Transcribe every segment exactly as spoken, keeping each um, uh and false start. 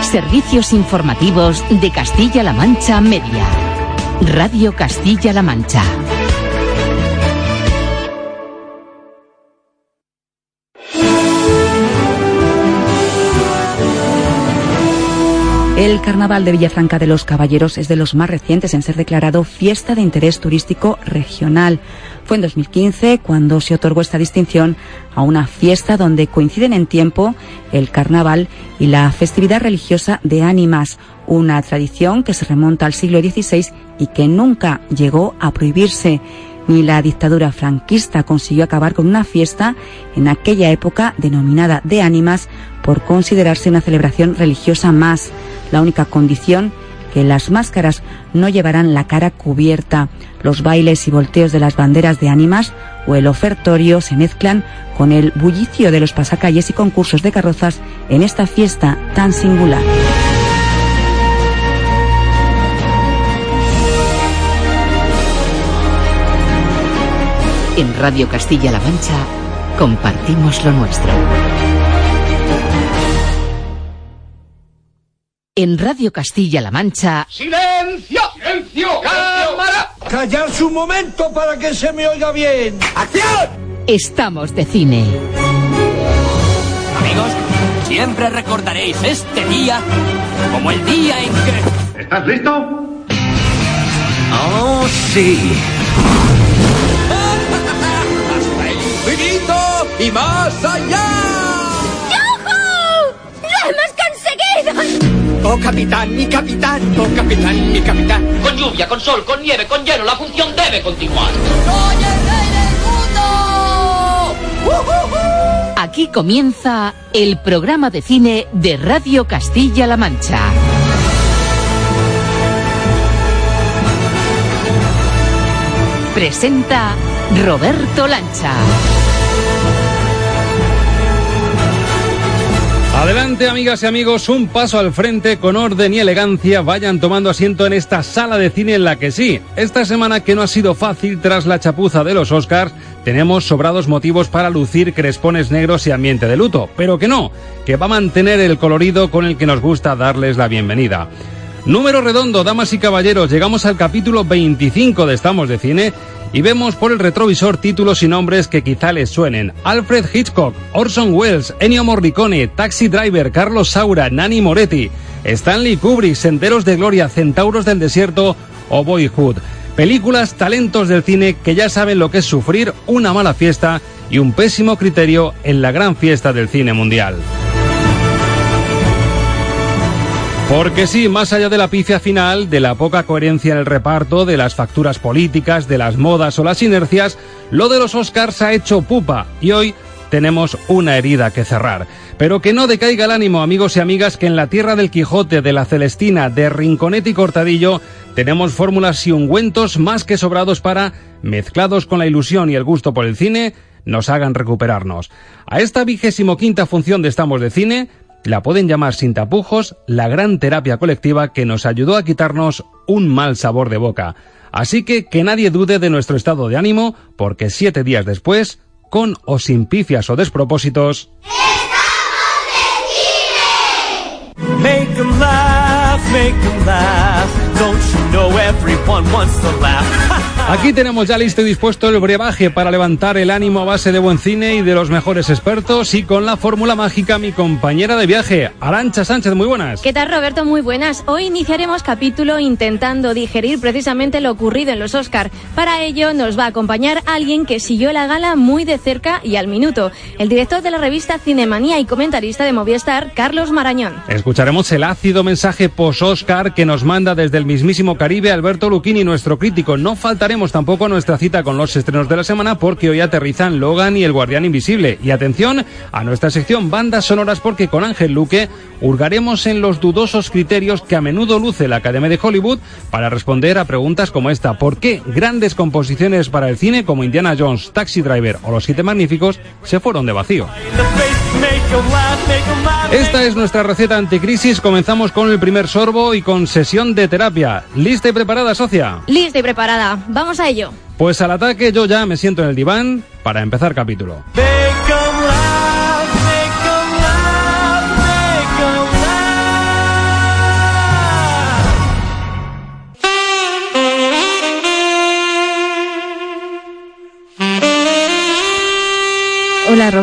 Servicios informativos de Castilla-La Mancha Media. Radio Castilla-La Mancha. El Carnaval de Villafranca de los Caballeros es de los más recientes en ser declarado fiesta de interés turístico regional. Fue en dos mil quince cuando se otorgó esta distinción a una fiesta donde coinciden en tiempo el Carnaval y la festividad religiosa de Ánimas, una tradición que se remonta al siglo dieciséis y que nunca llegó a prohibirse. Ni la dictadura franquista consiguió acabar con una fiesta en aquella época denominada de Ánimas por considerarse una celebración religiosa más. La única condición, que las máscaras no llevarán la cara cubierta. Los bailes y volteos de las banderas de Ánimas o el ofertorio se mezclan con el bullicio de los pasacalles y concursos de carrozas en esta fiesta tan singular. En Radio Castilla-La Mancha compartimos lo nuestro. En Radio Castilla-La Mancha... ¡Silencio! ¡Silencio! ¡Cámara! ¡Callarse un momento para que se me oiga bien! ¡Acción! Estamos de cine. Amigos, siempre recordaréis este día como el día en que... ¿Estás listo? ¡Oh, sí! ¡Hasta el infinito y más allá! ¡Yujú! ¡Lo hemos conseguido! ¡Oh, capitán, mi capitán! ¡Oh, capitán, mi capitán! Con lluvia, con sol, con nieve, con hielo, la función debe continuar. ¡Soy el rey del mundo! ¡Uh-huh-huh! Aquí comienza el programa de cine de Radio Castilla-La Mancha. Presenta Roberto Lancha. Adelante, amigas y amigos, un paso al frente con orden y elegancia. Vayan tomando asiento en esta sala de cine en la que sí, esta semana que no ha sido fácil tras la chapuza de los Oscars, tenemos sobrados motivos para lucir crespones negros y ambiente de luto, pero que no, que va a mantener el colorido con el que nos gusta darles la bienvenida. Número redondo, damas y caballeros, llegamos al capítulo veinticinco de Estamos de Cine y vemos por el retrovisor títulos y nombres que quizá les suenen. Alfred Hitchcock, Orson Welles, Ennio Morricone, Taxi Driver, Carlos Saura, Nanni Moretti, Stanley Kubrick, Senderos de Gloria, Centauros del Desierto o Boyhood. Películas, talentos del cine que ya saben lo que es sufrir una mala fiesta y un pésimo criterio en la gran fiesta del cine mundial. Porque sí, más allá de la pifia final, de la poca coherencia en el reparto, de las facturas políticas, de las modas o las inercias, lo de los Oscars ha hecho pupa y hoy tenemos una herida que cerrar. Pero que no decaiga el ánimo, amigos y amigas, que en la tierra del Quijote, de la Celestina, de Rinconete y Cortadillo, tenemos fórmulas y ungüentos más que sobrados para, mezclados con la ilusión y el gusto por el cine, nos hagan recuperarnos. A esta vigésimo quinta función de Estamos de Cine la pueden llamar sin tapujos la gran terapia colectiva que nos ayudó a quitarnos un mal sabor de boca. Así que que nadie dude de nuestro estado de ánimo, porque siete días después, con o sin pifias o despropósitos... ¡Estamos de cine! Make 'em laugh, make 'em laugh. Don't you know everyone wants to laugh? Aquí tenemos ya listo y dispuesto el brebaje para levantar el ánimo a base de buen cine y de los mejores expertos, y con la fórmula mágica mi compañera de viaje, Arantxa Sánchez. Muy buenas. ¿Qué tal, Roberto? Muy buenas. Hoy iniciaremos capítulo intentando digerir precisamente lo ocurrido en los Oscar. Para ello nos va a acompañar alguien que siguió la gala muy de cerca y al minuto, el director de la revista Cinemanía y comentarista de Movistar, Carlos Marañón. Escucharemos el ácido mensaje post-Oscar que nos manda desde el mismísimo Caribe Alberto Lucchini, nuestro crítico. No faltaremos tampoco nuestra cita con los estrenos de la semana, porque hoy aterrizan Logan y El Guardián Invisible. Y atención a nuestra sección bandas sonoras, porque con Ángel Luque hurgaremos en los dudosos criterios que a menudo luce la Academia de Hollywood para responder a preguntas como esta: ¿por qué grandes composiciones para el cine como Indiana Jones, Taxi Driver o Los Siete Magníficos se fueron de vacío? Esta es nuestra receta anticrisis. Comenzamos con el primer sorbo y con sesión de terapia. ¿Lista y preparada, socia? Lista y preparada. Vamos a ello. Pues al ataque. Yo ya me siento en el diván para empezar capítulo.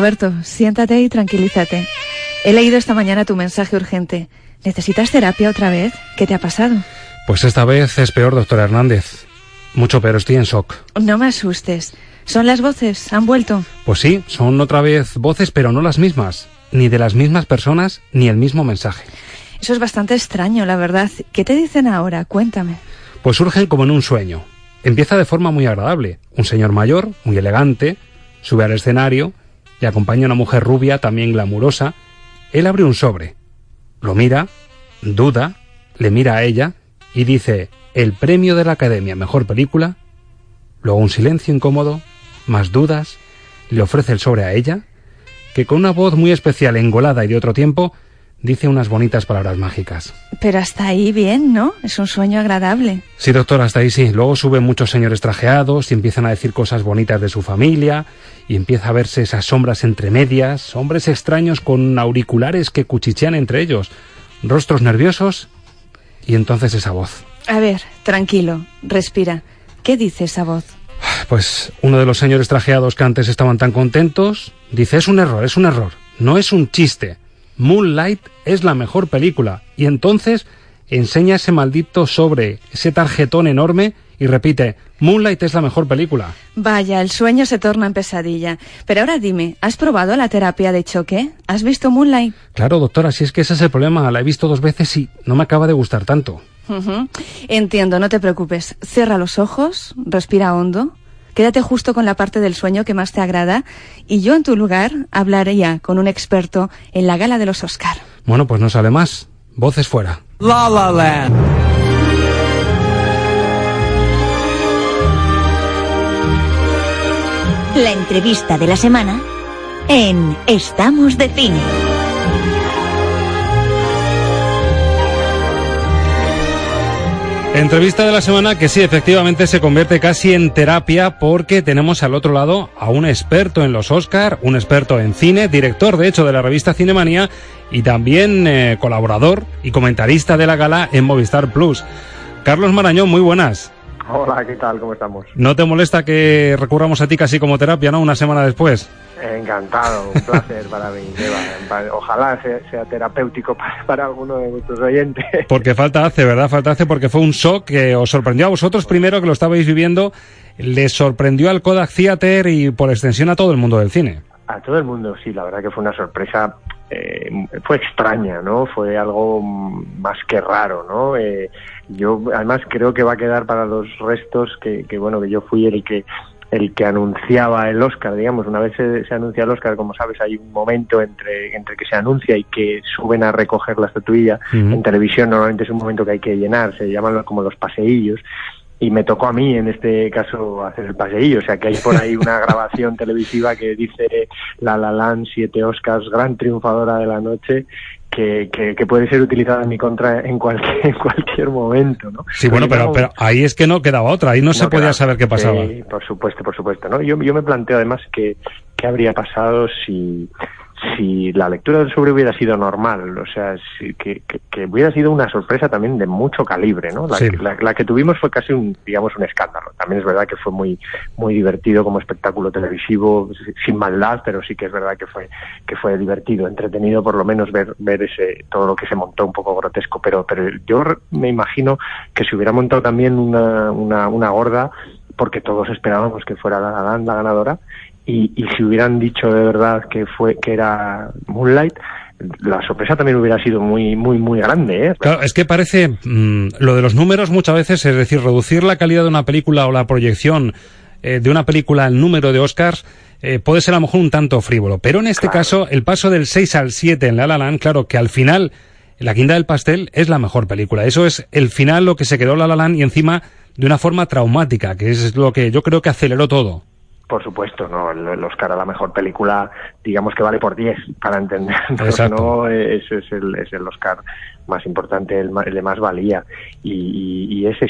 Roberto, siéntate y tranquilízate. He leído esta mañana tu mensaje urgente. ¿Necesitas terapia otra vez? ¿Qué te ha pasado? Pues esta vez es peor, doctora Hernández. Mucho peor, estoy en shock. No me asustes. ¿Son las voces? ¿Han vuelto? Pues sí, son otra vez voces, pero no las mismas. Ni de las mismas personas, ni el mismo mensaje. Eso es bastante extraño, la verdad. ¿Qué te dicen ahora? Cuéntame. Pues surgen como en un sueño. Empieza de forma muy agradable. Un señor mayor, muy elegante, sube al escenario y acompaña a una mujer rubia, también glamurosa. Él abre un sobre, lo mira, duda, le mira a ella y dice: el premio de la Academia Mejor Película. Luego un silencio incómodo, más dudas, le ofrece el sobre a ella, que con una voz muy especial, engolada y de otro tiempo, dice unas bonitas palabras mágicas. Pero hasta ahí bien, ¿no? Es un sueño agradable. Sí, doctor, hasta ahí sí. Luego suben muchos señores trajeados y empiezan a decir cosas bonitas de su familia y empieza a verse esas sombras entre medias, hombres extraños con auriculares que cuchichean entre ellos, rostros nerviosos y entonces esa voz. A ver, tranquilo, respira. ¿Qué dice esa voz? Pues uno de los señores trajeados que antes estaban tan contentos dice: es un error, es un error, no es un chiste. Moonlight es la mejor película. Y entonces enseña ese maldito sobre, ese tarjetón enorme y repite: Moonlight es la mejor película. Vaya, el sueño se torna en pesadilla. Pero ahora dime, ¿has probado la terapia de choque? ¿Has visto Moonlight? Claro, doctora, si es que ese es el problema. La he visto dos veces y no me acaba de gustar tanto. Uh-huh. Entiendo, no te preocupes. Cierra los ojos, respira hondo, quédate justo con la parte del sueño que más te agrada y yo en tu lugar hablaría con un experto en la gala de los Oscar. Bueno, pues no sale más. Voces fuera. La La Land. La entrevista de la semana en Estamos de Cine. Entrevista de la semana que sí, efectivamente se convierte casi en terapia porque tenemos al otro lado a un experto en los Oscar, un experto en cine, director de hecho de la revista Cinemanía y también eh, colaborador y comentarista de la gala en Movistar Plus. Carlos Marañón, muy buenas. Hola, ¿qué tal? ¿Cómo estamos? ¿No te molesta que recurramos a ti casi como terapia, no? Una semana después. Encantado, un placer para mí, Eva. Ojalá sea, sea terapéutico para, para alguno de vuestros oyentes. Porque falta hace, ¿verdad? Falta hace porque fue un shock que os sorprendió a vosotros primero, que lo estabais viviendo, les sorprendió al Kodak Theater y por extensión a todo el mundo del cine. A todo el mundo, sí, la verdad que fue una sorpresa, eh, fue extraña, ¿no? Fue algo más que raro, ¿no? Eh, yo además creo que va a quedar para los restos que, que bueno, que yo fui el que el que anunciaba el Oscar, digamos. Una vez se, se anuncia el Oscar, como sabes, hay un momento entre, entre que se anuncia y que suben a recoger la estatuilla. Uh-huh. En televisión normalmente es un momento que hay que llenar, se llaman como los paseillos, y me tocó a mí en este caso hacer el paseillo, o sea que hay por ahí una grabación televisiva que dice La La Land, siete Oscars, gran triunfadora de la noche, que, que, que puede ser utilizada en mi contra en cualquier, en cualquier momento, ¿no? Sí, bueno, pero, pero ahí es que no quedaba otra, ahí no, no se podía quedaba, saber qué pasaba. Sí, por supuesto, por supuesto, ¿no? Yo, yo me planteo además que qué habría pasado si... si la lectura del sobre hubiera sido normal, o sea, si, que, que, que hubiera sido una sorpresa también de mucho calibre, ¿no? La, sí. que, la, la que tuvimos fue casi un, digamos, un escándalo. También es verdad que fue muy muy divertido como espectáculo televisivo, sin maldad, pero sí que es verdad que fue que fue divertido, entretenido por lo menos ver ver ese todo lo que se montó un poco grotesco, pero pero yo me imagino que se hubiera montado también una una, una gorda, porque todos esperábamos que fuera la, la, la ganadora. Y, y si hubieran dicho de verdad que fue que era Moonlight, la sorpresa también hubiera sido muy muy muy grande, ¿eh? Claro, es que parece mmm, lo de los números muchas veces, es decir, reducir la calidad de una película o la proyección eh, de una película al número de Oscars eh, puede ser a lo mejor un tanto frívolo, pero en este claro. caso el paso del seis al siete en La La Land, claro que al final la guinda del pastel es la mejor película. Eso es el final, lo que se quedó La La Land, y encima de una forma traumática, que es lo que yo creo que aceleró todo. Por supuesto, no, el Oscar a la mejor película, digamos que vale por diez, para entendernos, ¿no? Ese es el, es el Oscar más importante, el, el de más valía. Y, y, y ese shock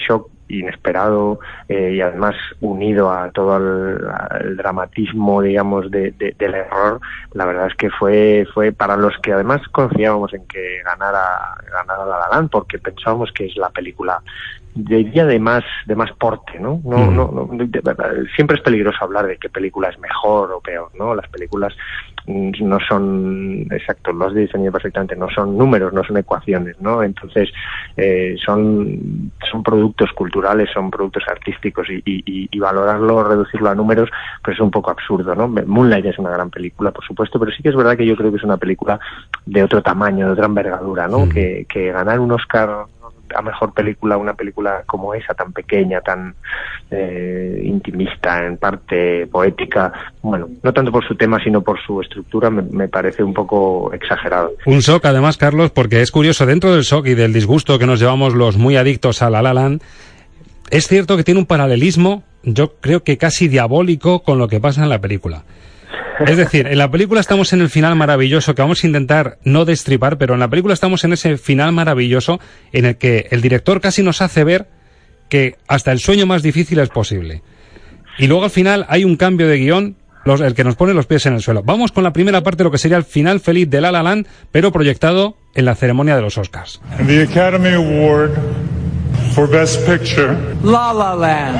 inesperado eh, y además unido a todo el, el dramatismo, digamos, de, de, del error. La verdad es que fue fue para los que además confiábamos en que ganara ganara La La Land, porque pensábamos que es la película, diría, de más de más porte, ¿no? No, mm. no, no de, de, de, siempre es peligroso hablar de qué película es mejor o peor, ¿no? Las películas no son, exacto, lo has definido perfectamente, no son números, no son ecuaciones, ¿no? Entonces eh, son son productos culturales, son productos artísticos y, y, y valorarlo, reducirlo a números, pues es un poco absurdo, ¿no? Moonlight es una gran película, por supuesto, pero sí que es verdad que yo creo que es una película de otro tamaño, de otra envergadura, ¿no? Mm. Que, que ganar un Oscar a mejor película, una película como esa, tan pequeña, tan eh, intimista, en parte poética, bueno, no tanto por su tema, sino por su estructura, me, me parece un poco exagerado. Un shock, además, Carlos, porque es curioso, dentro del shock y del disgusto que nos llevamos los muy adictos a La La Land, es cierto que tiene un paralelismo, yo creo que casi diabólico, con lo que pasa en la película. Es decir, en la película estamos en el final maravilloso, que vamos a intentar no destripar, pero en la película estamos en ese final maravilloso en el que el director casi nos hace ver que hasta el sueño más difícil es posible. Y luego al final hay un cambio de guión, los, el que nos pone los pies en el suelo. Vamos con la primera parte de lo que sería el final feliz de La La Land, pero proyectado en la ceremonia de los Oscars. And the Academy Award for Best Picture. La La Land.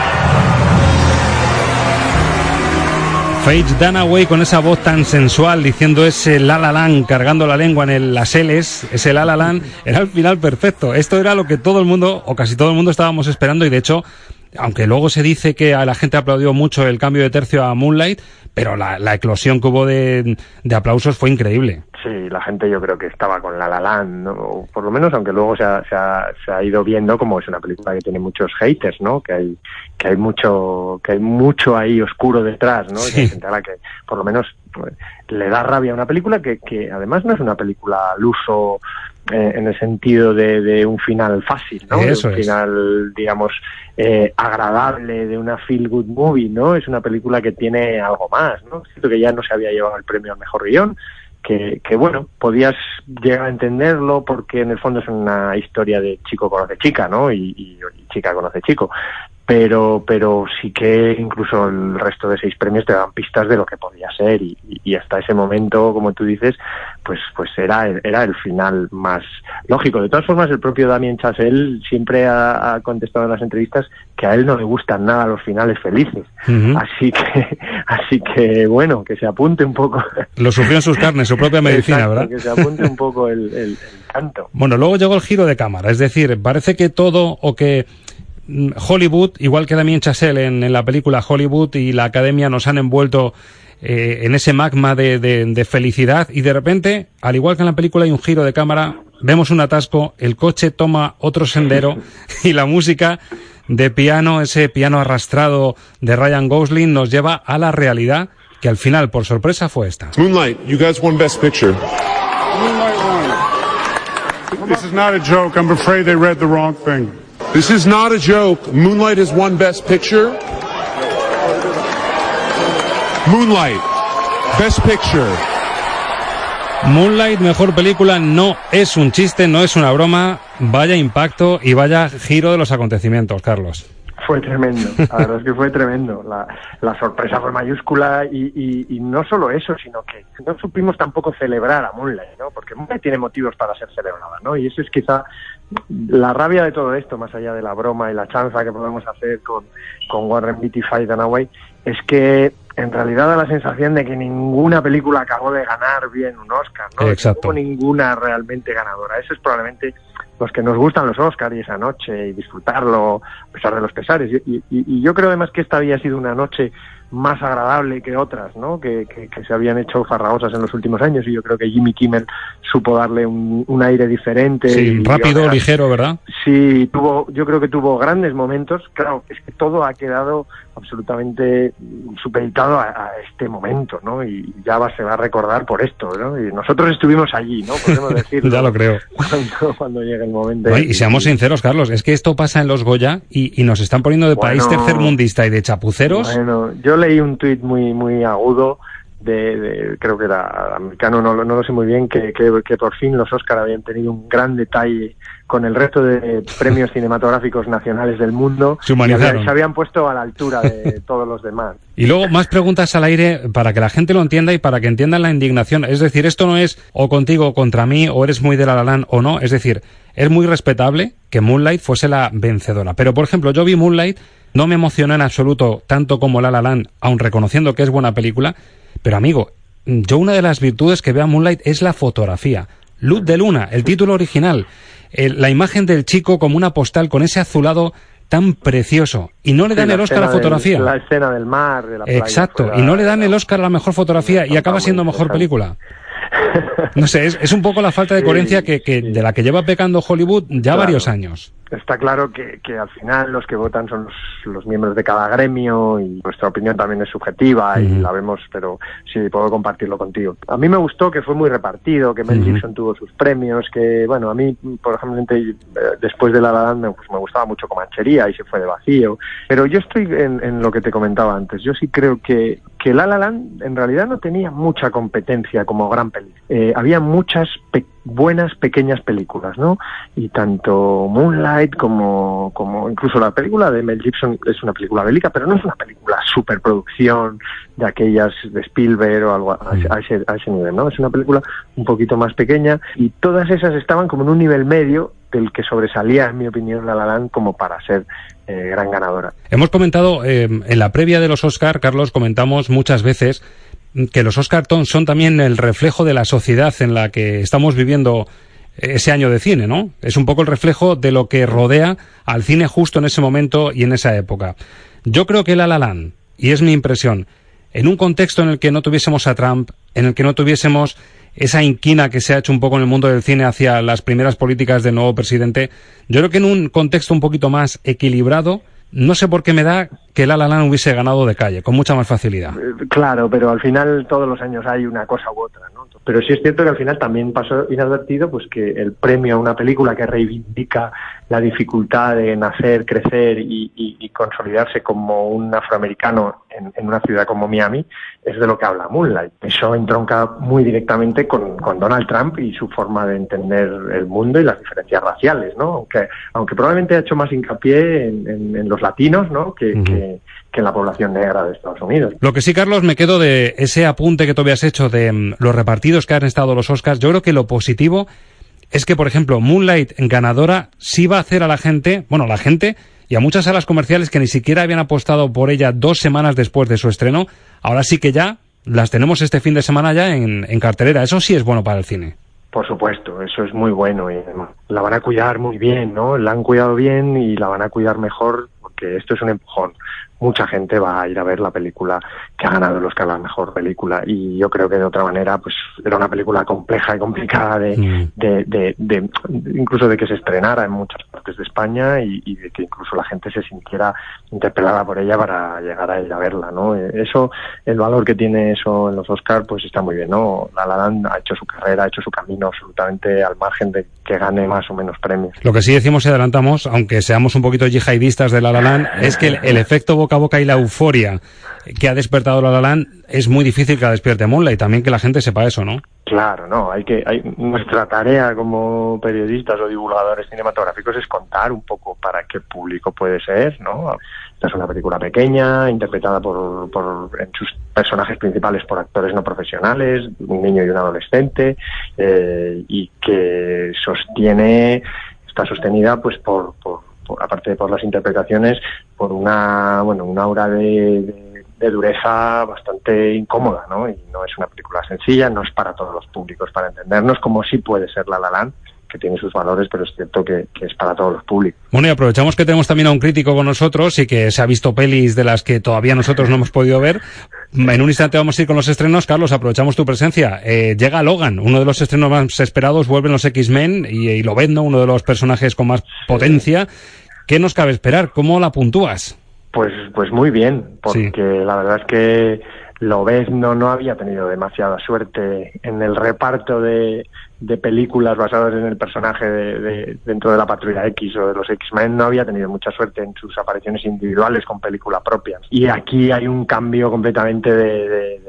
Faye Dunaway con esa voz tan sensual diciendo ese La La Land, cargando la lengua en el, las L's, ese La La Land, era el final perfecto. Esto era lo que todo el mundo, o casi todo el mundo, estábamos esperando, y de hecho, aunque luego se dice que a la gente aplaudió mucho el cambio de tercio a Moonlight, pero la, la eclosión que hubo de, de aplausos fue increíble. Sí, la gente yo creo que estaba con La La Land, ¿no? Por lo menos, aunque luego se ha, se ha, se ha ido viendo como es una película que tiene muchos haters, ¿no? Que hay que hay mucho que hay mucho ahí oscuro detrás, ¿no? Sí. Que hay gente a la que por lo menos pues, le da rabia a una película que, que además no es una película al uso eh, en el sentido de, de un final fácil, ¿no? Eso de un es. final, digamos, eh, agradable, de una feel good movie, ¿no? Es una película que tiene algo más, ¿no? Siento que ya no se había llevado el premio al mejor guión, que, que bueno, podías llegar a entenderlo porque en el fondo es una historia de chico conoce chica, ¿no? Y, y, y chica conoce chico. Pero, pero sí que incluso el resto de seis premios te dan pistas de lo que podía ser y, y hasta ese momento, como tú dices, pues, pues era, era el final más lógico. De todas formas, el propio Damien Chazelle siempre ha, ha contestado en las entrevistas que a él no le gustan nada los finales felices. Uh-huh. Así que, así que bueno, que se apunte un poco. Lo sufrió en sus carnes, su propia medicina, exacto, ¿verdad? Que se apunte un poco el, el, el canto. Bueno, luego llegó el giro de cámara, es decir, parece que todo o que Hollywood, igual que Damien Chazelle en, en la película Hollywood y la Academia nos han envuelto eh, en ese magma de, de, de felicidad, y de repente, al igual que en la película, hay un giro de cámara, vemos un atasco, el coche toma otro sendero y la música de piano, ese piano arrastrado de Ryan Gosling, nos lleva a la realidad, que al final, por sorpresa, fue esta. Moonlight, you guys won Best Picture. Moonlight won. This is not a joke. I'm afraid they read the wrong thing. This is not a joke. Moonlight has won Best Picture. Moonlight, Best Picture. Moonlight, mejor película, no es un chiste, no es una broma. Vaya impacto y vaya giro de los acontecimientos, Carlos. Fue tremendo, la verdad es que fue tremendo. La, la sorpresa fue mayúscula y, y, y no solo eso, sino que no supimos tampoco celebrar a Moonlight, ¿no? Porque Moonlight tiene motivos para ser celebrada, ¿no? Y eso es quizá la rabia de todo esto, más allá de la broma y la chanza que podemos hacer con, con Warren Beatty y Faye Dunaway, es que en realidad da la sensación de que ninguna película acabó de ganar bien un Oscar, ¿no? Exacto. No hubo ninguna realmente ganadora. Eso es probablemente los que nos gustan los Oscars y esa noche y disfrutarlo a pesar de los pesares. Y, y, y yo creo además que esta había sido una noche más agradable que otras, ¿no? Que, que, que se habían hecho farragosas en los últimos años, y yo creo que Jimmy Kimmel supo darle un, un aire diferente. Sí, y, rápido, y, ligero, ¿verdad? Sí, tuvo, yo creo que tuvo grandes momentos. Claro, es que todo ha quedado absolutamente supeditado a, a este momento, ¿no? Y ya va, se va a recordar por esto, ¿no? Y nosotros estuvimos allí, ¿no? Podemos decirlo. Ya lo creo. Cuando, cuando llegue el momento. No, y seamos sinceros, Carlos, es que esto pasa en los Goya y, y nos están poniendo de bueno, país tercermundista y de chapuceros. Bueno, yo leí un tuit muy, muy agudo de, de creo que era americano, no, no lo sé muy bien, que, que, que por fin los Oscar habían tenido un gran detalle con el resto de premios cinematográficos nacionales del mundo. Se humanizaron. Y había, se habían puesto a la altura de todos los demás. Y luego más preguntas al aire para que la gente lo entienda y para que entiendan la indignación. Es decir, esto no es o contigo o contra mí, o eres muy de La La Land o no. Es decir, es muy respetable que Moonlight fuese la vencedora. Pero, por ejemplo, yo vi Moonlight, no me emocionó en absoluto tanto como La La Land, aun reconociendo que es buena película. Pero, amigo, yo una de las virtudes que veo a Moonlight es la fotografía. Luz de luna, el título original. El, la imagen del chico como una postal con ese azulado tan precioso. Y no le dan sí, el Oscar a la fotografía. Del, la escena del mar, de la playa. Exacto. Fuera, y no le dan el Oscar a la mejor fotografía y acaba siendo mejor película. No sé, es, es un poco la falta de coherencia sí, que, que sí. de la que lleva pecando Hollywood ya claro. varios años. Está claro que, que al final los que votan son los, los miembros de cada gremio y nuestra opinión también es subjetiva uh-huh. y la vemos, pero sí, puedo compartirlo contigo. A mí me gustó que fue muy repartido, que Mel uh-huh. Gibson tuvo sus premios, que bueno, a mí, por ejemplo, después de La La Land pues, me gustaba mucho Comanchería y se fue de vacío, pero yo estoy en, en lo que te comentaba antes. Yo sí creo que, que La La Land en realidad no tenía mucha competencia como gran película. Eh, había muchas pe- buenas pequeñas películas, ¿no? Y tanto Moonlight como, como incluso la película de Mel Gibson es una película bélica, pero no es una película superproducción de aquellas de Spielberg o algo a, a, ese, a ese nivel, ¿no? Es una película un poquito más pequeña y todas esas estaban como en un nivel medio del que sobresalía, en mi opinión, La La Land como para ser eh, gran ganadora. Hemos comentado eh, en la previa de los Oscar, Carlos, comentamos muchas veces que los Oscar son también el reflejo de la sociedad en la que estamos viviendo ese año de cine, ¿no? Es un poco el reflejo de lo que rodea al cine justo en ese momento y en esa época. Yo creo que La La Land, y es mi impresión, en un contexto en el que no tuviésemos a Trump, en el que no tuviésemos esa inquina que se ha hecho un poco en el mundo del cine hacia las primeras políticas del nuevo presidente, yo creo que en un contexto un poquito más equilibrado, no sé por qué me da que La La Land hubiese ganado de calle, con mucha más facilidad. Claro, pero al final todos los años hay una cosa u otra, ¿no? Pero sí es cierto que al final también pasó inadvertido pues que el premio a una película que reivindica la dificultad de nacer, crecer y, y, y consolidarse como un afroamericano en, en una ciudad como Miami es de lo que habla Moonlight. Eso entronca muy directamente con, con Donald Trump y su forma de entender el mundo y las diferencias raciales, ¿no? Aunque, aunque probablemente ha hecho más hincapié en, en, en los latinos, ¿no? Que, uh-huh. que, que en la población negra de Estados Unidos. Lo que sí, Carlos, me quedo de ese apunte que tú habías hecho de um, los repartidos que han estado los Oscars. Yo creo que lo positivo es que, por ejemplo, Moonlight ganadora sí va a hacer a la gente, bueno, a la gente y a muchas salas comerciales que ni siquiera habían apostado por ella dos semanas después de su estreno, ahora sí que ya las tenemos este fin de semana ya en, en cartelera. Eso sí es bueno para el cine. Por supuesto, eso es muy bueno y la van a cuidar muy bien, ¿no? La han cuidado bien y la van a cuidar mejor porque esto es un empujón. Mucha gente va a ir a ver la película que ha ganado el Oscar a la mejor película y yo creo que de otra manera pues era una película compleja y complicada de, mm. de, de, de, de incluso de que se estrenara en muchas partes de España y, y de que incluso la gente se sintiera interpelada por ella para llegar a ir a verla, ¿no? Eso, el valor que tiene eso en los Oscar pues está muy bien, ¿no? La La Land ha hecho su carrera, ha hecho su camino absolutamente al margen de que gane más o menos premios. Lo que sí decimos y adelantamos, aunque seamos un poquito yihadistas de La La Land, es que el, el efecto boca a boca y la euforia que ha despertado La La Land es muy difícil que la despierte Moonlight, también que la gente sepa eso, ¿no? Claro, no, hay que, hay, nuestra tarea como periodistas o divulgadores cinematográficos es contar un poco para qué público puede ser, ¿no? Esta es una película pequeña, interpretada por, por en sus personajes principales por actores no profesionales, un niño y un adolescente, eh, y que sostiene, está sostenida pues por, por Por, aparte de por las interpretaciones, por una, bueno, una aura de, de, de dureza bastante incómoda, ¿no? Y no es una película sencilla, no es para todos los públicos, para entendernos, como sí puede ser La La Land, que tiene sus valores, pero es cierto que, que es para todos los públicos. Bueno, y aprovechamos que tenemos también a un crítico con nosotros y que se ha visto pelis de las que todavía nosotros no hemos podido ver. En un instante vamos a ir con los estrenos. Carlos, aprovechamos tu presencia. Eh, llega Logan, uno de los estrenos más esperados, vuelven los X-Men y, y Lobezno, uno de los personajes con más potencia. ¿Qué nos cabe esperar? ¿Cómo la puntúas? Pues, pues muy bien, porque sí. La verdad es que Lobezno no había tenido demasiada suerte en el reparto de, de películas basadas en el personaje de, de, dentro de la Patrulla X o de los X-Men, no había tenido mucha suerte en sus apariciones individuales con película propia. Y aquí hay un cambio completamente de, de, de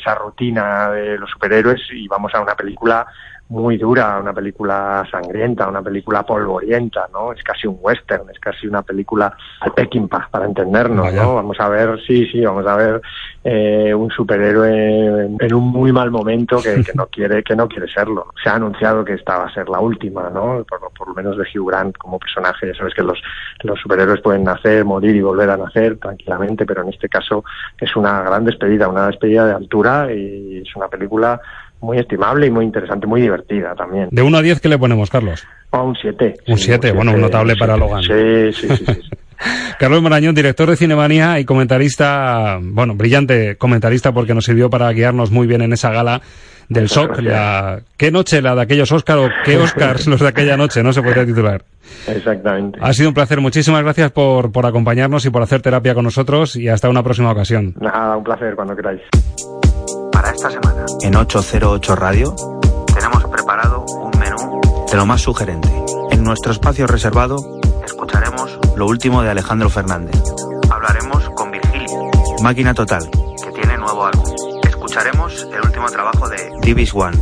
esa rutina de los superhéroes y vamos a una película muy dura, una película sangrienta, una película polvorienta, ¿no? Es casi un western, es casi una película al Peckinpah, para entendernos, Vaya. ¿no? Vamos a ver, sí, sí, vamos a ver eh, un superhéroe en, en un muy mal momento que, que no quiere que no quiere serlo. Se ha anunciado que esta va a ser la última, ¿no? Por, por lo menos de Hugh Grant como personaje. Ya sabes que los, los superhéroes pueden nacer, morir y volver a nacer tranquilamente, pero en este caso es una gran despedida, una despedida de altura y es una película muy estimable y muy interesante, muy divertida también. De uno a diez, ¿qué le ponemos, Carlos? A un siete. Un siete, sí, bueno, un notable un para Logan. Sí, sí, sí. sí, sí. Carlos Marañón, director de Cinemanía y comentarista, bueno, brillante comentarista porque nos sirvió para guiarnos muy bien en esa gala del S O C. La... ¿Qué noche la de aquellos Oscar o qué Oscars los de aquella noche? No se podría titular. Exactamente. Ha sido un placer. Muchísimas gracias por, por acompañarnos y por hacer terapia con nosotros y hasta una próxima ocasión. Nada, un placer cuando queráis. Para esta semana, en ochocientos ocho Radio, tenemos preparado un menú de lo más sugerente. En nuestro espacio reservado, escucharemos lo último de Alejandro Fernández. Hablaremos con Virgilio, Máquina Total, que tiene nuevo álbum. Escucharemos el último trabajo de Divis One.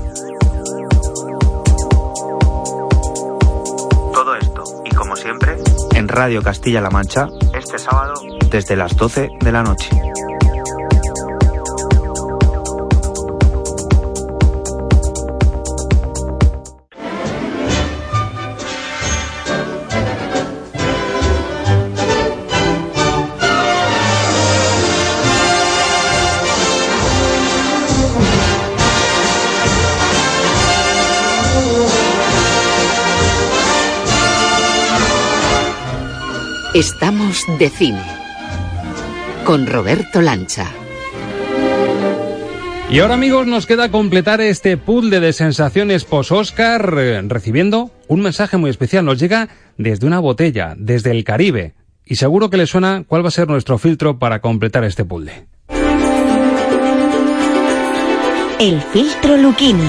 Todo esto, y como siempre, en Radio Castilla-La Mancha, este sábado, desde las doce de la noche. Estamos de cine con Roberto Lancha. Y ahora, amigos, nos queda completar este puzzle de sensaciones post-Oscar eh, recibiendo un mensaje muy especial. Nos llega desde una botella, desde el Caribe. Y seguro que le suena cuál va a ser nuestro filtro para completar este puzzle. El filtro Lucchini.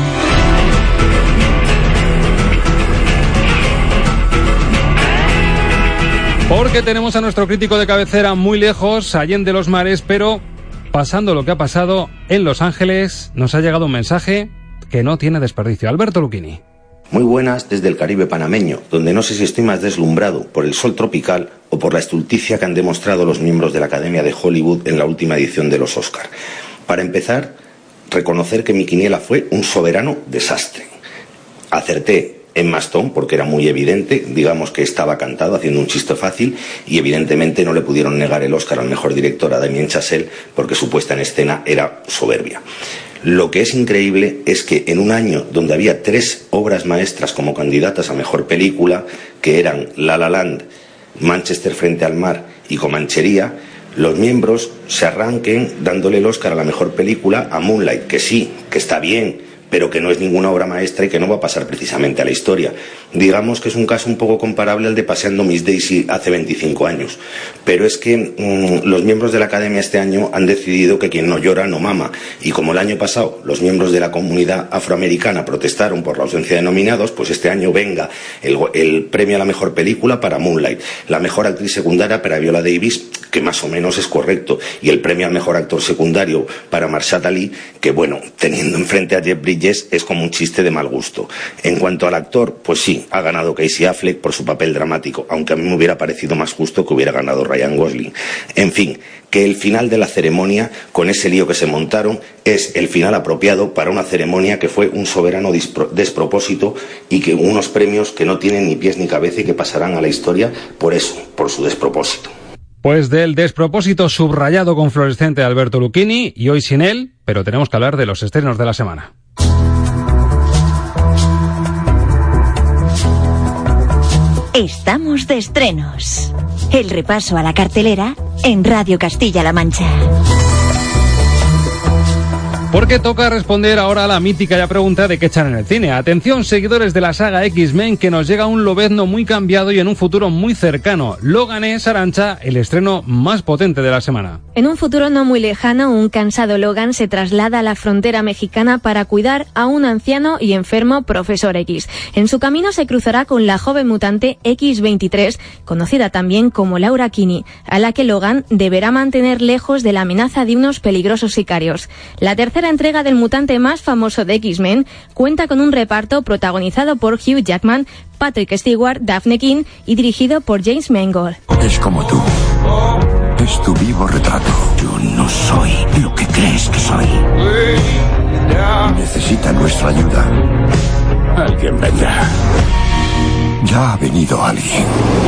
Porque tenemos a nuestro crítico de cabecera muy lejos, allende los mares, pero pasando lo que ha pasado en Los Ángeles, nos ha llegado un mensaje que no tiene desperdicio. Alberto Lucchini. Muy buenas desde el Caribe panameño, donde no sé si estoy más deslumbrado por el sol tropical o por la estulticia que han demostrado los miembros de la Academia de Hollywood en la última edición de los Oscar. Para empezar, reconocer que mi quiniela fue un soberano desastre. Acerté Emma Stone, porque era muy evidente, digamos que estaba cantado, haciendo un chiste fácil, y evidentemente no le pudieron negar el Oscar al mejor director a Damien Chazelle, porque su puesta en escena era soberbia. Lo que es increíble es que en un año donde había tres obras maestras como candidatas a mejor película, que eran La La Land, Manchester frente al mar y Comanchería, los miembros se arranquen dándole el Oscar a la mejor película a Moonlight, que sí, que está bien, pero que no es ninguna obra maestra y que no va a pasar precisamente a la historia. Digamos que es un caso un poco comparable al de Paseando Miss Daisy hace veinticinco años. Pero es que mmm, los miembros de la Academia este año han decidido que quien no llora no mama. Y como el año pasado los miembros de la comunidad afroamericana protestaron por la ausencia de nominados, pues este año venga el, el premio a la mejor película para Moonlight, la mejor actriz secundaria para Viola Davis, que más o menos es correcto, y el premio al mejor actor secundario para Mahershala Ali, que bueno, teniendo enfrente a Jeff Bridges es como un chiste de mal gusto. En cuanto al actor, pues sí, ha ganado Casey Affleck por su papel dramático, aunque a mí me hubiera parecido más justo que hubiera ganado Ryan Gosling. En fin, que el final de la ceremonia, con ese lío que se montaron, es el final apropiado para una ceremonia que fue un soberano despropósito y que unos premios que no tienen ni pies ni cabeza y que pasarán a la historia por eso, por su despropósito. Pues del despropósito subrayado con fluorescente de Alberto Lucchini, y hoy sin él, pero tenemos que hablar de los estrenos de la semana. Estamos de estrenos. El repaso a la cartelera en Radio Castilla-La Mancha. Porque toca responder ahora a la mítica ya pregunta de qué echan en el cine. Atención, seguidores de la saga X-Men, que nos llega un lobezno muy cambiado y en un futuro muy cercano. Logan es, Arancha, el estreno más potente de la semana. En un futuro no muy lejano, un cansado Logan se traslada a la frontera mexicana para cuidar a un anciano y enfermo Profesor X. En su camino se cruzará con la joven mutante equis veintitrés, conocida también como Laura Kinney, a la que Logan deberá mantener lejos de la amenaza de unos peligrosos sicarios. La tercera tercera entrega del mutante más famoso de X-Men cuenta con un reparto protagonizado por Hugh Jackman, Patrick Stewart, Daphne King y dirigido por James Mangold. Es como tú. Es tu vivo retrato. Yo no soy lo que crees que soy. Necesita nuestra ayuda. Alguien vendrá. Ya ha venido alguien.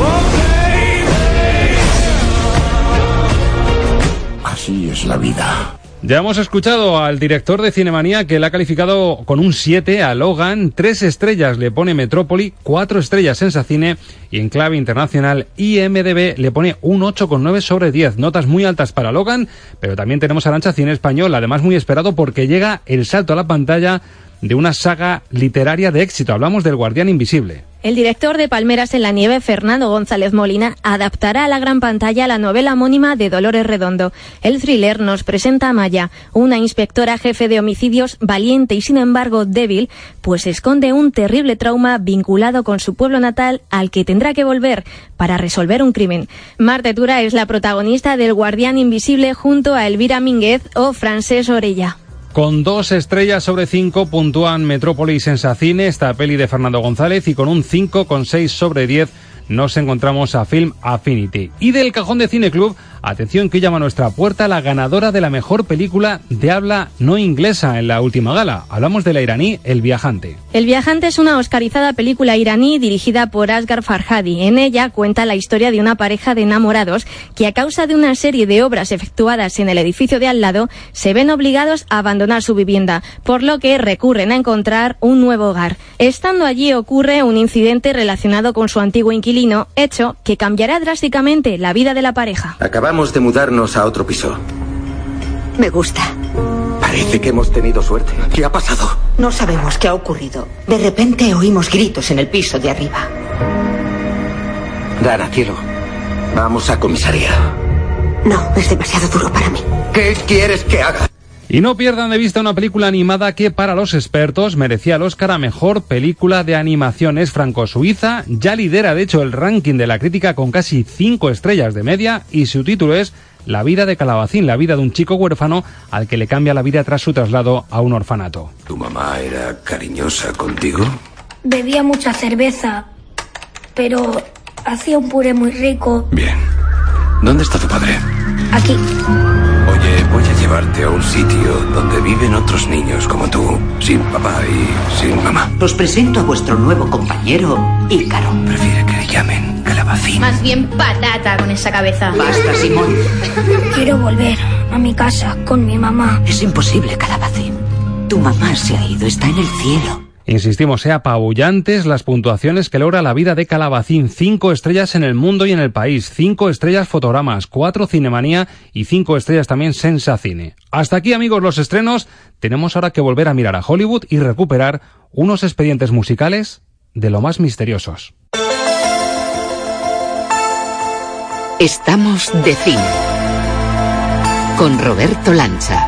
Así es la vida. Ya hemos escuchado al director de Cinemanía, que le ha calificado con un siete a Logan, tres estrellas le pone Metrópoli, cuatro estrellas Sensacine y en clave internacional I M D B le pone un ocho coma nueve sobre diez. Notas muy altas para Logan, pero también tenemos a Arantxa Cine Español, además muy esperado porque llega el salto a la pantalla de una saga literaria de éxito. Hablamos del Guardián Invisible. El director de Palmeras en la nieve, Fernando González Molina, adaptará a la gran pantalla la novela homónima de Dolores Redondo. El thriller nos presenta a Maya, una inspectora jefe de homicidios valiente y sin embargo débil, pues esconde un terrible trauma vinculado con su pueblo natal al que tendrá que volver para resolver un crimen. Marte Tura es la protagonista del Guardián Invisible junto a Elvira Mínguez o Francesc Orella. Con dos estrellas sobre cinco puntúan Metrópoli y Sensacine, esta peli de Fernando González, y con un cinco coma seis sobre diez nos encontramos a Film Affinity. Y del cajón de Cine Club, atención que llama a nuestra puerta la ganadora de la mejor película de habla no inglesa en la última gala. Hablamos de la iraní El Viajante. El Viajante es una oscarizada película iraní dirigida por Asghar Farhadi. En ella cuenta la historia de una pareja de enamorados que a causa de una serie de obras efectuadas en el edificio de al lado se ven obligados a abandonar su vivienda, por lo que recurren a encontrar un nuevo hogar. Estando allí ocurre un incidente relacionado con su antiguo inquilino, hecho que cambiará drásticamente la vida de la pareja. Acabamos de mudarnos a otro piso. Me gusta. Parece que hemos tenido suerte. ¿Qué ha pasado? No sabemos qué ha ocurrido. De repente oímos gritos en el piso de arriba. Dara, cielo. Vamos a comisaría. No, es demasiado duro para mí. ¿Qué quieres que haga? Y no pierdan de vista una película animada que para los expertos merecía el Oscar a Mejor Película de Animación. Es franco-suiza, ya lidera de hecho el ranking de la crítica con casi cinco estrellas de media y su título es La vida de Calabacín, la vida de un chico huérfano al que le cambia la vida tras su traslado a un orfanato. ¿Tu mamá era cariñosa contigo? Bebía mucha cerveza, pero hacía un puré muy rico. Bien. ¿Dónde está tu padre? Aquí. Oye, voy a llevarte a un sitio donde viven otros niños como tú, sin papá y sin mamá. Os presento a vuestro nuevo compañero, Ícaro. Prefiere que le llamen Calabacín. Más bien patata con esa cabeza. Basta, Simón. Quiero volver a mi casa con mi mamá. Es imposible, Calabacín. Tu mamá se ha ido, está en el cielo. Insistimos, eh, apabullantes las puntuaciones que logra La vida de Calabacín. Cinco estrellas en El Mundo y en El País, cinco estrellas Fotogramas, cuatro Cinemanía y cinco estrellas también Sensacine. Hasta aquí, amigos, los estrenos. Tenemos ahora que volver a mirar a Hollywood y recuperar unos expedientes musicales de lo más misteriosos. Estamos de cine con Roberto Lancha.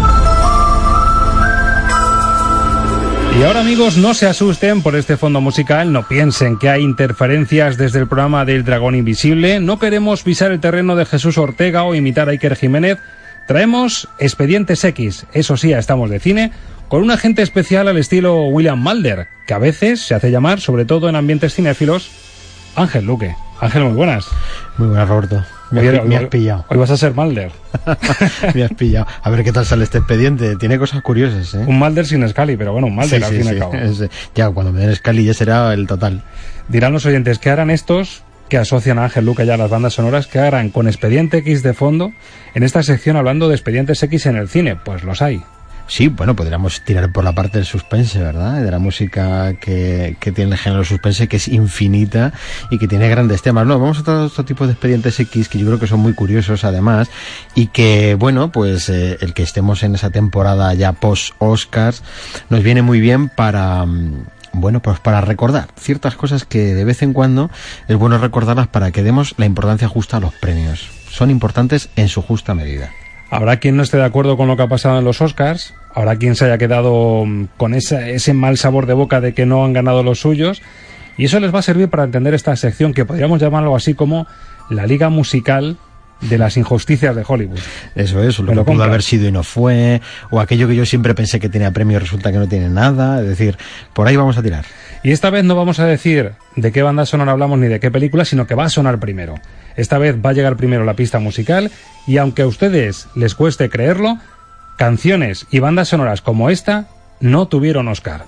Y ahora, amigos, no se asusten por este fondo musical, no piensen que hay interferencias desde el programa del Dragón Invisible, no queremos pisar el terreno de Jesús Ortega o imitar a Iker Jiménez, traemos Expedientes X, eso sí, Estamos de Cine, con un agente especial al estilo William Mulder, que a veces se hace llamar, sobre todo en ambientes cinéfilos, Ángel Luque. Ángel, muy buenas. Muy buenas, Roberto. Me, Oye, has, hoy, me has pillado. Hoy vas a ser Mulder. Me has pillado. A ver qué tal sale este expediente. Tiene cosas curiosas, ¿eh? Un Mulder sin Scully, pero bueno, un Mulder sí, al sí, fin y sí. al cabo. Es, ya, cuando me den Scully ya será el total. Dirán los oyentes, ¿qué harán estos que asocian a Ángel Luque ya a las bandas sonoras? ¿Qué harán con Expediente X de fondo en esta sección hablando de Expedientes X en el cine? Pues los hay. Sí, bueno, podríamos tirar por la parte del suspense, ¿verdad? De la música que, que tiene el género suspense, que es infinita y que tiene grandes temas. No, vamos a tratar otro tipo de Expedientes X que yo creo que son muy curiosos además y que, bueno, pues eh, el que estemos en esa temporada ya post-Oscars nos viene muy bien para... Bueno, pues para recordar ciertas cosas que de vez en cuando es bueno recordarlas para que demos la importancia justa a los premios. Son importantes en su justa medida. Habrá quien no esté de acuerdo con lo que ha pasado en los Oscars, habrá quien se haya quedado con ese, ese mal sabor de boca de que no han ganado los suyos, y eso les va a servir para entender esta sección que podríamos llamar algo así como la liga musical de las injusticias de Hollywood. Eso es, lo que lo pudo haber sido y no fue, o aquello que yo siempre pensé que tenía premio resulta que no tiene nada, es decir, por ahí vamos a tirar. Y esta vez no vamos a decir de qué banda sonora hablamos ni de qué película, sino que va a sonar primero. Esta vez va a llegar primero la pista musical y aunque a ustedes les cueste creerlo, canciones y bandas sonoras como esta no tuvieron Oscar.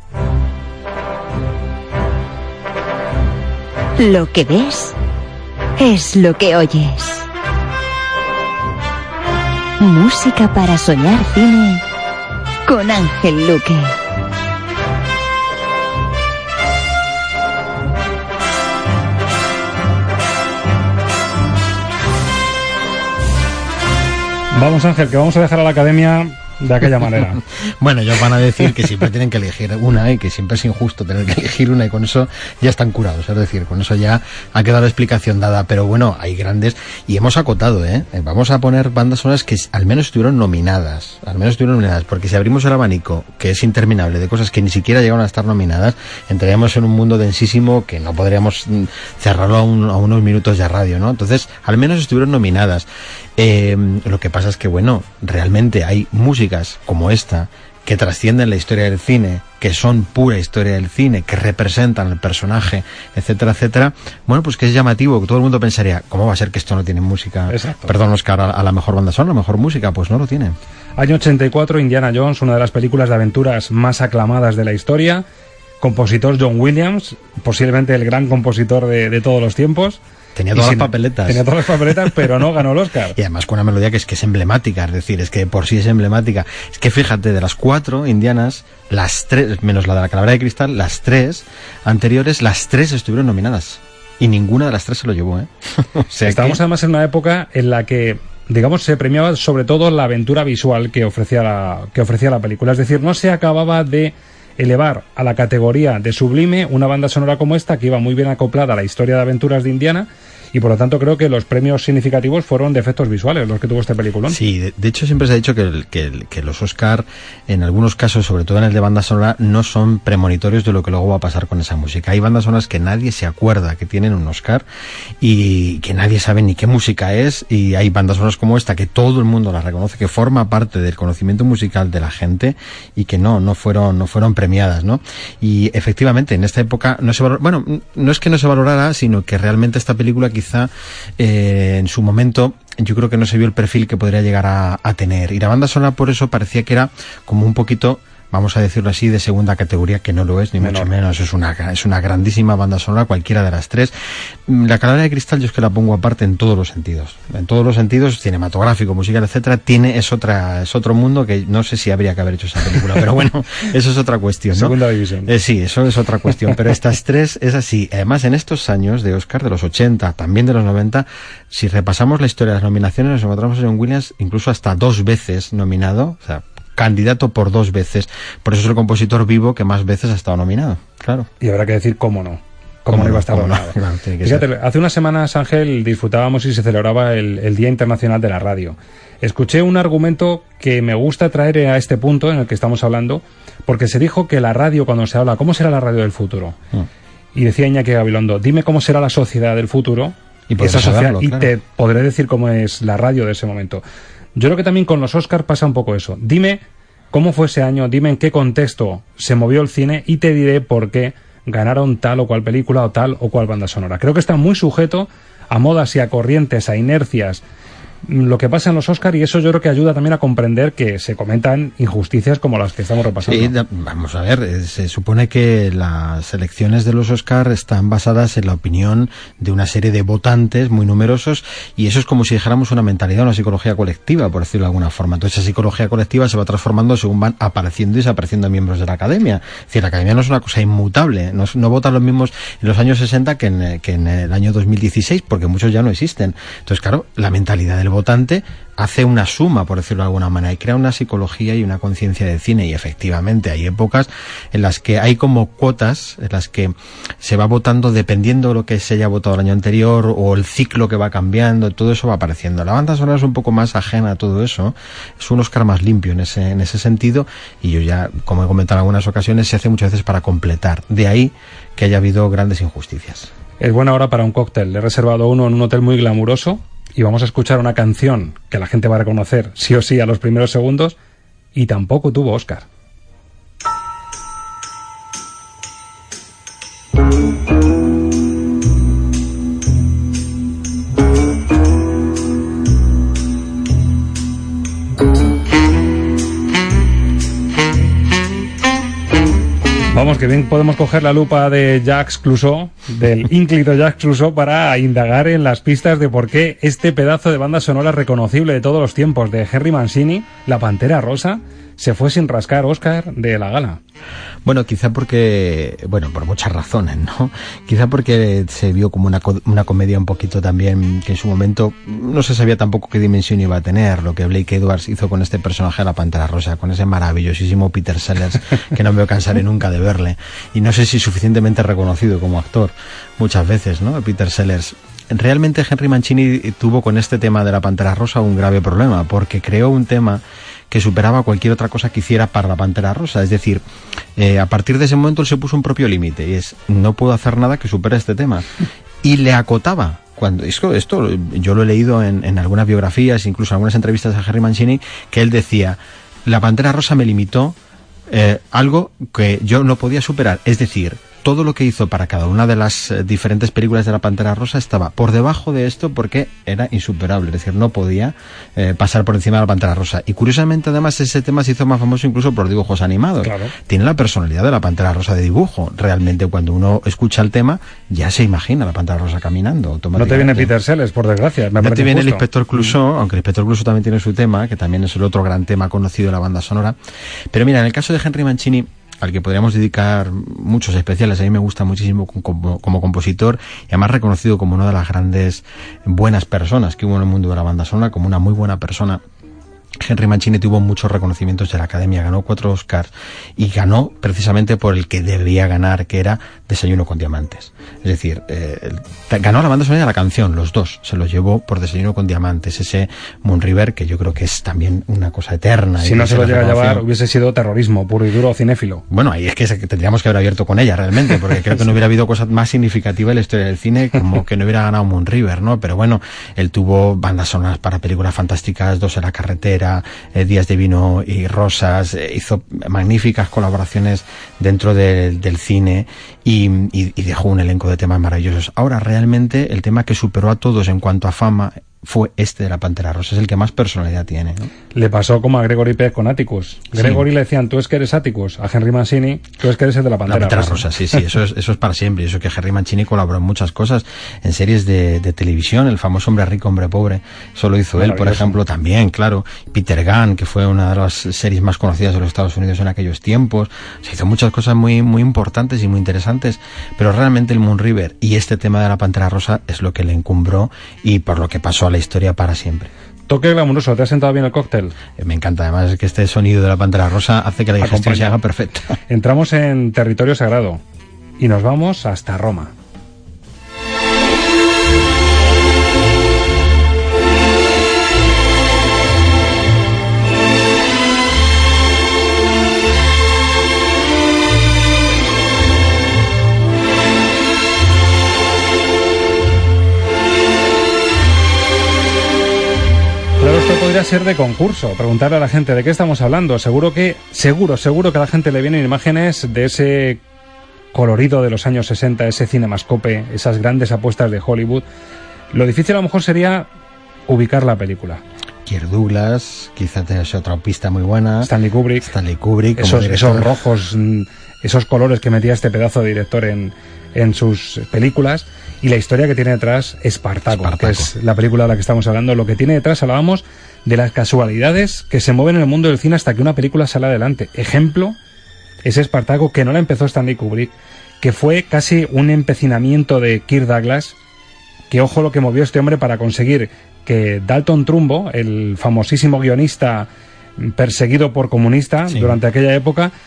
Lo que ves es lo que oyes. Música para soñar cine con Ángel Luque. Vamos, Ángel, que vamos a dejar a la academia de aquella manera. Bueno, ellos van a decir que siempre tienen que elegir una y que siempre es injusto tener que elegir una y con eso ya están curados, es decir, con eso ya ha quedado la explicación dada, pero bueno, hay grandes y hemos acotado, ¿eh? Vamos a poner bandas sonoras que al menos estuvieron nominadas, al menos estuvieron nominadas, porque si abrimos el abanico, que es interminable, de cosas que ni siquiera llegaron a estar nominadas, entraríamos en un mundo densísimo que no podríamos cerrarlo a, un, a unos minutos de radio, ¿no? Entonces, al menos estuvieron nominadas. Eh, lo que pasa es que, bueno, realmente hay músicas como esta que trascienden la historia del cine, que son pura historia del cine, que representan al personaje, etcétera, etcétera. Bueno, pues que es llamativo, que todo el mundo pensaría, ¿cómo va a ser que esto no tiene música? Exacto. Perdón, Oscar, a, a la mejor banda sonora, la mejor música, pues no lo tiene. Año ochenta y cuatro, Indiana Jones, una de las películas de aventuras más aclamadas de la historia. Compositor John Williams, posiblemente el gran compositor de, de todos los tiempos. Tenía todas las papeletas. Tenía todas las papeletas, pero no ganó el Oscar. Y además con una melodía que es que es emblemática, es decir, es que por sí es emblemática. Es que fíjate, de las cuatro indianas, las tres, menos la de la Calavera de Cristal, las tres anteriores, las tres estuvieron nominadas. Y ninguna de las tres se lo llevó, ¿eh? O sea, estábamos que... además en una época en la que, digamos, se premiaba sobre todo la aventura visual que ofrecía la, que ofrecía la película. Es decir, no se acababa de elevar a la categoría de sublime una banda sonora como esta, que iba muy bien acoplada a la historia de aventuras de Indiana, y por lo tanto creo que los premios significativos fueron de efectos visuales los que tuvo este peliculón. Sí, de, de hecho siempre se ha dicho que, el, que, el, que los Oscar, en algunos casos, sobre todo en el de banda sonora, no son premonitorios de lo que luego va a pasar con esa música. Hay bandas sonoras que nadie se acuerda que tienen un Oscar y que nadie sabe ni qué música es, y hay bandas sonoras como esta que todo el mundo la reconoce, que forma parte del conocimiento musical de la gente y que no, no fueron, no fueron premiadas, ¿no? Y efectivamente en esta época no se valor... bueno, no es que no se valorara, sino que realmente esta película quizá Quizá eh, en su momento yo creo que no se vio el perfil que podría llegar a, a tener, y la banda sonora por eso parecía que era como un poquito, vamos a decirlo así, de segunda categoría, que no lo es, ni Menor. mucho menos. Es una, es una grandísima banda sonora, cualquiera de las tres. La Calavera de Cristal yo es que la pongo aparte en todos los sentidos. En todos los sentidos, cinematográfico, musical, etcétera. Tiene, es otra, es otro mundo que no sé si habría que haber hecho esa película, pero bueno, eso es otra cuestión, ¿no? Segunda división. Eh, sí, eso es otra cuestión, pero estas tres es así. Además, en estos años de Oscar, de los ochenta, también de los noventa, si repasamos la historia de las nominaciones, nos encontramos a John Williams incluso hasta dos veces nominado, o sea, candidato por dos veces. Por eso es el compositor vivo que más veces ha estado nominado, claro. Y habrá que decir cómo no. ¿Cómo, ¿Cómo no iba a estar nominado? No? Claro, tiene que Fíjate, ser. Hace unas semanas, Ángel, disfrutábamos y se celebraba el, el Día Internacional de la Radio. Escuché un argumento que me gusta traer a este punto en el que estamos hablando, porque se dijo que la radio, cuando se habla, ¿cómo será la radio del futuro? Mm. Y decía Iñaki Gabilondo, dime cómo será la sociedad del futuro, y, esa sociedad, saberlo, y claro. Te podré decir cómo es la radio de ese momento. Yo creo que también con los Oscars pasa un poco eso. Dime cómo fue ese año, dime en qué contexto se movió el cine y te diré por qué ganaron tal o cual película o tal o cual banda sonora. Creo que está muy sujeto a modas y a corrientes, a inercias, lo que pasa en los Oscar, y eso yo creo que ayuda también a comprender que se comentan injusticias como las que estamos repasando. Sí, vamos a ver, se supone que las elecciones de los Oscar están basadas en la opinión de una serie de votantes muy numerosos, y eso es como si dijéramos una mentalidad, una psicología colectiva, por decirlo de alguna forma. Entonces esa psicología colectiva se va transformando según van apareciendo y desapareciendo miembros de la academia. Es decir, la academia no es una cosa inmutable, no, no votan los mismos en los años sesenta que en, que en el año dos mil dieciséis, porque muchos ya no existen. Entonces, claro, la mentalidad del votante hace una suma, por decirlo de alguna manera, y crea una psicología y una conciencia de cine, y efectivamente hay épocas en las que hay como cuotas, en las que se va votando dependiendo de lo que se haya votado el año anterior, o el ciclo que va cambiando, todo eso va apareciendo. La banda sonora es un poco más ajena a todo eso, es un Oscar más limpio en ese, en ese sentido, y yo ya, como he comentado en algunas ocasiones, se hace muchas veces para completar. De ahí que haya habido grandes injusticias. Es buena hora para un cóctel. Le he reservado uno en un hotel muy glamuroso, y vamos a escuchar una canción que la gente va a reconocer sí o sí a los primeros segundos, y tampoco tuvo Oscar. Vamos, que bien podemos coger la lupa de Jacques Clouseau, del ínclito Jacques Clouseau, para indagar en las pistas de por qué este pedazo de banda sonora reconocible de todos los tiempos de Henry Mancini, La Pantera Rosa, se fue sin rascar Oscar de la gala. Bueno, quizá porque, bueno, por muchas razones, ¿no? Quizá porque se vio como una, co una comedia un poquito también, que en su momento no se sabía tampoco qué dimensión iba a tener, lo que Blake Edwards hizo con este personaje de la Pantera Rosa, con ese maravillosísimo Peter Sellers, que no me veo cansaré nunca de verle, y no sé si suficientemente reconocido como actor, muchas veces, ¿no? Peter Sellers. Realmente Henry Mancini tuvo con este tema de la Pantera Rosa un grave problema, porque creó un tema que superaba cualquier otra cosa que hiciera para la Pantera Rosa. Es decir, eh, a partir de ese momento él se puso un propio límite, y es, no puedo hacer nada que supere este tema. Y le acotaba. Cuando esto, esto yo lo he leído en, en algunas biografías, incluso en algunas entrevistas a Henry Mancini, que él decía, la Pantera Rosa me limitó eh, algo que yo no podía superar. Es decir, todo lo que hizo para cada una de las eh, diferentes películas de la Pantera Rosa estaba por debajo de esto porque era insuperable, es decir, no podía eh, pasar por encima de la Pantera Rosa. Y curiosamente, además, ese tema se hizo más famoso incluso por dibujos animados. Claro. Tiene la personalidad de la Pantera Rosa de dibujo. Realmente, cuando uno escucha el tema, ya se imagina la Pantera Rosa caminando automáticamente. No te viene Peter Sellers, por desgracia. Me no te viene justo. el Inspector Clouseau, aunque el Inspector Clouseau también tiene su tema, que también es el otro gran tema conocido de la banda sonora. Pero mira, en el caso de Henry Mancini, al que podríamos dedicar muchos especiales, a mí me gusta muchísimo como, como compositor, y además reconocido como una de las grandes buenas personas que hubo en el mundo de la banda sonora, como una muy buena persona. Henry Mancini tuvo muchos reconocimientos de la Academia, ganó cuatro Oscars y ganó precisamente por el que debía ganar, que era Desayuno con Diamantes. Es decir, eh, ganó la banda sonora de la canción, los dos, se los llevó por Desayuno con Diamantes, ese Moon River, que yo creo que es también una cosa eterna. Si no se lo llega a llevar, hubiese sido terrorismo puro y duro cinéfilo. Bueno, ahí es que tendríamos que haber abierto con ella realmente, porque creo que sí. No hubiera habido cosa más significativa en la historia del cine como que no hubiera ganado Moon River, ¿no? Pero bueno, él tuvo bandas sonoras para películas fantásticas, Dos en la carretera, Eh, Días de vino y rosas, eh, hizo magníficas colaboraciones dentro de, del cine y, y, y dejó un elenco de temas maravillosos. Ahora realmente el tema que superó a todos en cuanto a fama fue este de la Pantera Rosa, es el que más personalidad tiene, ¿no? Le pasó como a Gregory Peck con Atticus. Gregory sí. Le decían, tú es que eres Atticus, a Henry Mancini, tú es que eres el de la Pantera, la Pantera Rosa. Rosa. Sí, sí, eso es, eso es para siempre. Y eso que Henry Mancini colaboró en muchas cosas, en series de, de televisión, el famoso Hombre Rico, Hombre Pobre, eso lo hizo él, por ejemplo, también, claro. Peter Gunn, que fue una de las series más conocidas de los Estados Unidos en aquellos tiempos. Se hizo muchas cosas muy, muy importantes y muy interesantes, pero realmente el Moon River y este tema de la Pantera Rosa es lo que le encumbró y por lo que pasó a la historia para siempre. Toque glamuroso, ¿te has sentado bien el cóctel? Eh, me encanta, además es que este sonido de la Pantera Rosa hace que la digestión se haga perfecta. Entramos en territorio sagrado y nos vamos hasta Roma. Claro, esto podría ser de concurso, preguntarle a la gente de qué estamos hablando. Seguro que, seguro, seguro que a la gente le vienen imágenes de ese colorido de los años sesenta, ese cinemascope, esas grandes apuestas de Hollywood. Lo difícil a lo mejor sería ubicar la película. Kirk Douglas, quizás tengas otra pista muy buena. Stanley Kubrick. Stanley Kubrick. Esos, esos rojos, esos colores que metía este pedazo de director en, en sus películas. Y la historia que tiene detrás, Espartaco, Espartaco, que es la película de la que estamos hablando. Lo que tiene detrás, hablábamos de las casualidades que se mueven en el mundo del cine hasta que una película sale adelante. Ejemplo, es Espartaco, que no la empezó Stanley Kubrick, que fue casi un empecinamiento de Kirk Douglas, que ojo lo que movió este hombre para conseguir que Dalton Trumbo, el famosísimo guionista perseguido por comunistas sí. durante aquella época,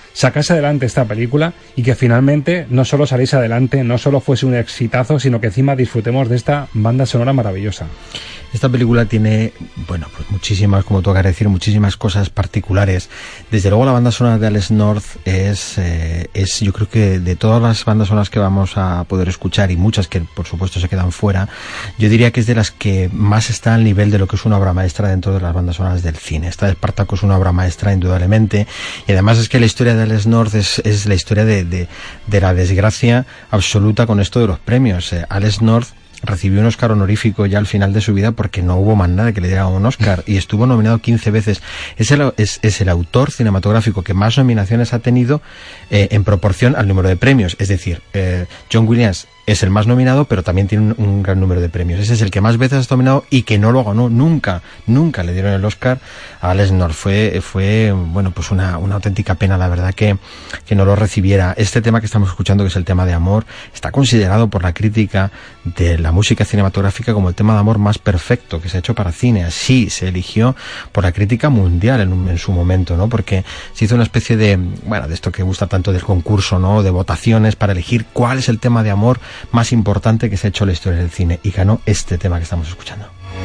sacase adelante esta película y que finalmente no solo saliese adelante, no solo fuese un exitazo, sino que encima disfrutemos de esta banda sonora maravillosa. Esta película tiene, bueno, pues muchísimas, como tú acabas de decir, muchísimas cosas particulares. Desde luego la banda sonora de Alex North es, eh, es yo creo que de todas las bandas sonoras que vamos a poder escuchar, y muchas que por supuesto se quedan fuera, yo diría que es de las que más está al nivel de lo que es una obra maestra dentro de las bandas sonoras del cine. Esta de Espartaco es una obra maestra indudablemente, y además es que la historia de Alex North es, es la historia de, de, de la desgracia absoluta con esto de los premios. Eh, Alex North recibió un Oscar honorífico ya al final de su vida porque no hubo más nada que le diera un Oscar, y estuvo nominado quince veces. Es el, es, es el autor cinematográfico que más nominaciones ha tenido eh, en proporción al número de premios. Es decir, eh, John Williams es el más nominado, pero también tiene un, un gran número de premios. Ese es el que más veces ha nominado y que no lo ganó nunca. Nunca le dieron el Oscar a Alex North. Fue, fue bueno, pues una, una auténtica pena, la verdad, que, que no lo recibiera. Este tema que estamos escuchando, que es el tema de amor, está considerado por la crítica de la música cinematográfica como el tema de amor más perfecto que se ha hecho para cine. Así se eligió por la crítica mundial en, en su momento, ¿no? Porque se hizo una especie de, bueno, de esto que gusta tanto del concurso, ¿no? De votaciones para elegir cuál es el tema de amor más importante que se ha hecho en la historia del cine, y ganó este tema que estamos escuchando.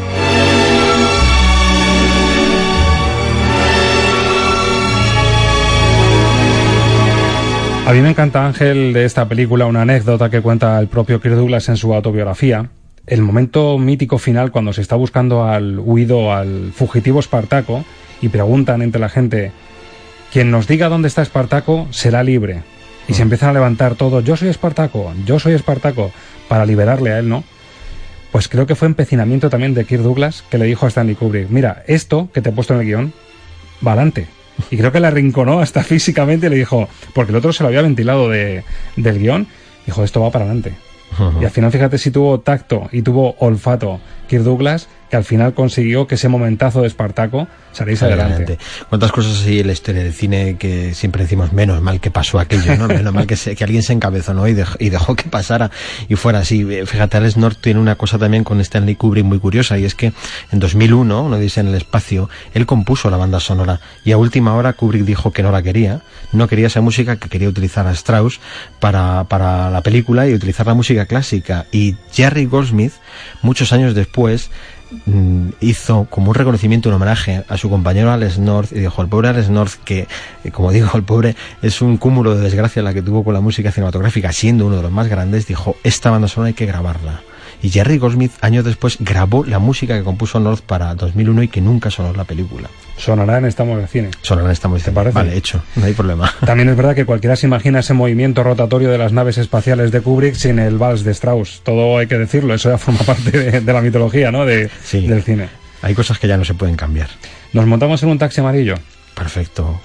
A mí me encanta, Ángel, de esta película una anécdota que cuenta el propio Kirk Douglas en su autobiografía. El momento mítico final cuando se está buscando al huido, al fugitivo Espartaco, y preguntan entre la gente: quien nos diga dónde está Espartaco será libre. Y se empiezan a levantar todos: yo soy Espartaco, yo soy Espartaco, para liberarle a él, ¿no? Pues creo que fue empecinamiento también de Kirk Douglas, que le dijo a Stanley Kubrick: mira, esto que te he puesto en el guión, va adelante. Y creo que le arrinconó hasta físicamente y le dijo, porque el otro se lo había ventilado de, del guión, dijo, esto va para adelante. Uh-huh. Y al final, fíjate si tuvo tacto y tuvo olfato Kirk Douglas, que al final consiguió que ese momentazo de Espartaco saliese adelante. adelante. Cuántas cosas así en la historia del cine que siempre decimos, menos mal que pasó aquello, ¿no? Menos mal que, se, que alguien se encabezó, ¿no? Y dejó, y dejó que pasara y fuera así. Fíjate, Alex North tiene una cosa también con Stanley Kubrick muy curiosa, y es que en dos mil uno, Uno dice en el espacio, él compuso la banda sonora, y a última hora Kubrick dijo que no la quería, no quería esa música, que quería utilizar a Strauss para, para la película y utilizar la música clásica. Y Jerry Goldsmith, muchos años después, hizo como un reconocimiento, un homenaje a su compañero Alex North, y dijo: el pobre Alex North, que como digo, el pobre es un cúmulo de desgracia la que tuvo con la música cinematográfica, siendo uno de los más grandes, dijo, esta banda sonora hay que grabarla. Y Jerry Goldsmith, años después, grabó la música que compuso North para dos mil uno y que nunca sonó en la película. Sonará en Estamos de Cine. Sonará en Estamos de Cine. ¿Te parece? Vale, hecho, no hay problema. También es verdad que cualquiera se imagina ese movimiento rotatorio de las naves espaciales de Kubrick sin el vals de Strauss. Todo hay que decirlo, eso ya forma parte de, de la mitología, ¿no? De, sí, del cine. Hay cosas que ya no se pueden cambiar. ¿Nos montamos en un taxi amarillo? Perfecto.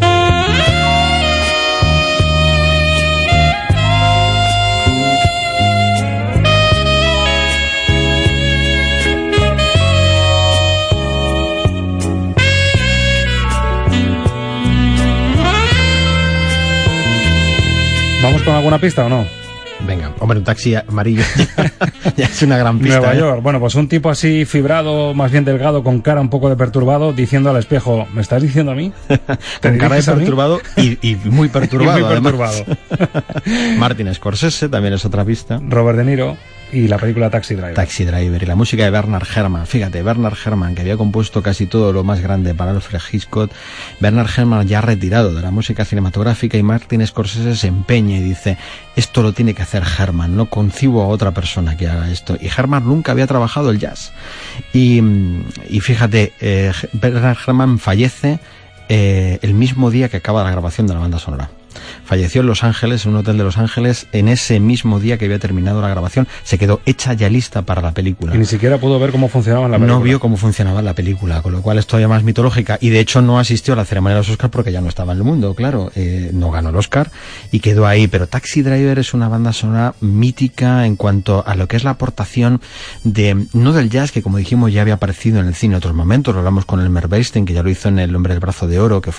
¿Vamos con alguna pista o no? Venga, hombre, un taxi amarillo ya es una gran pista. Nueva ¿eh? York, bueno, pues un tipo así fibrado, más bien delgado, con cara un poco de perturbado, diciendo al espejo, ¿me estás diciendo a mí? Con cara de perturbado y, y muy perturbado. y muy perturbado. Martin Scorsese también es otra pista. Robert De Niro. Y la película Taxi Driver. Taxi Driver. Y la música de Bernard Herrmann. Fíjate, Bernard Herrmann, que había compuesto casi todo lo más grande para Alfred Hitchcock. Bernard Herrmann ya retirado de la música cinematográfica, y Martin Scorsese se empeña y dice, esto lo tiene que hacer Herrmann, no concibo a otra persona que haga esto. Y Herrmann nunca había trabajado el jazz. Y, y fíjate, eh, Bernard Herrmann fallece eh, el mismo día que acaba la grabación de la banda sonora. Falleció en Los Ángeles, en un hotel de Los Ángeles, en ese mismo día que había terminado la grabación. Se quedó hecha ya lista para la película. Y ni siquiera pudo ver cómo funcionaba en la película. No vio cómo funcionaba la película, con lo cual es todavía más mitológica. Y de hecho no asistió a la ceremonia de los Oscars porque ya no estaba en el mundo, claro. Eh, no ganó el Oscar y quedó ahí. Pero Taxi Driver es una banda sonora mítica en cuanto a lo que es la aportación de, no del jazz, que como dijimos ya había aparecido en el cine en otros momentos. Lo hablamos con Elmer Bernstein, que ya lo hizo en El hombre del brazo de oro, que fue la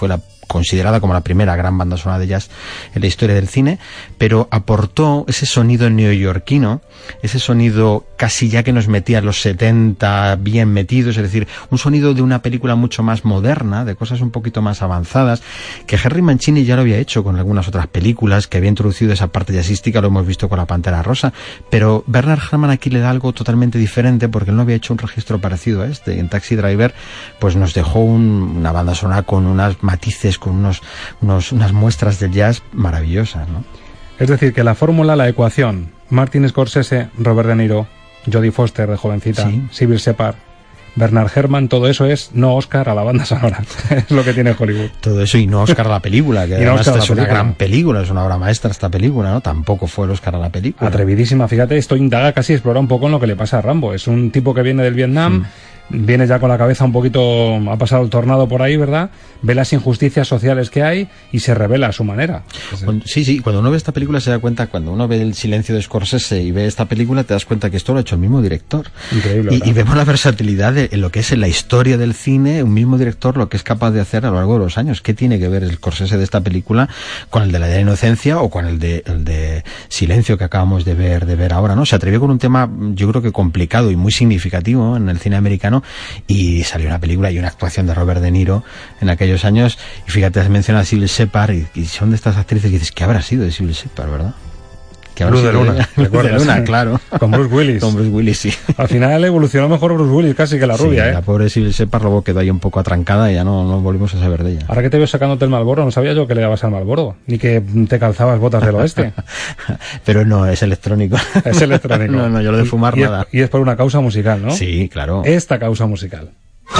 considerada como la primera gran banda sonora de jazz en la historia del cine, pero aportó ese sonido neoyorquino, ese sonido casi ya que nos metía en los setenta bien metidos, es decir, un sonido de una película mucho más moderna, de cosas un poquito más avanzadas, que Henry Mancini ya lo había hecho con algunas otras películas, que había introducido esa parte jazzística, lo hemos visto con La Pantera Rosa, pero Bernard Herrmann aquí le da algo totalmente diferente porque él no había hecho un registro parecido a este. Y en Taxi Driver pues nos dejó un, una banda sonora con unos matices, con unos, unos unas muestras de jazz maravillosas, ¿no? Es decir, que la fórmula, la ecuación, Martin Scorsese, Robert De Niro, Jodie Foster de jovencita, sí. Sybil Shepherd, Bernard Herrmann, todo eso es no Oscar a la banda sonora. Es lo que tiene Hollywood. Todo eso y no Oscar a la película, que además no es una gran película, es una obra maestra esta película, ¿no? Tampoco fue el Oscar a la película. Atrevidísima, fíjate, esto indaga casi, explora un poco en lo que le pasa a Rambo. Es un tipo que viene del Vietnam, sí. viene ya con la cabeza un poquito, ha pasado el tornado por ahí, ¿verdad? Ve las injusticias sociales que hay y se revela a su manera. Sí, sí, cuando uno ve esta película se da cuenta, cuando uno ve El silencio de Scorsese y ve esta película, te das cuenta que esto lo ha hecho el mismo director. Increíble. Y, y vemos la versatilidad de, en lo que es en la historia del cine, un mismo director lo que es capaz de hacer a lo largo de los años. ¿Qué tiene que ver el Scorsese de esta película con el de La de la Inocencia o con el de, el de Silencio que acabamos de ver, de ver ahora, ¿no? Se atrevió con un tema, yo creo que complicado y muy significativo en el cine americano, y salió una película y una actuación de Robert De Niro en aquellos años, y fíjate, has mencionado a Sybil Shepherd y, y son de estas actrices que dices, ¿qué habrá sido de Sybil Shepherd, verdad? Luz de Luna, Luz de Luna, claro. Con Bruce Willis. Con Bruce Willis, sí. Al final evolucionó mejor Bruce Willis casi que la rubia, sí, ¿eh? La pobre Sybil Shepherd luego quedó ahí un poco atrancada y ya no, no volvimos a saber de ella. Ahora que te veo sacándote el Marlboro, no sabía yo que le dabas al Marlboro, ni que te calzabas botas del oeste. Pero no, es electrónico. Es electrónico. No, no, yo lo de fumar y, nada. Es, y es por una causa musical, ¿no? Sí, claro. Esta causa musical.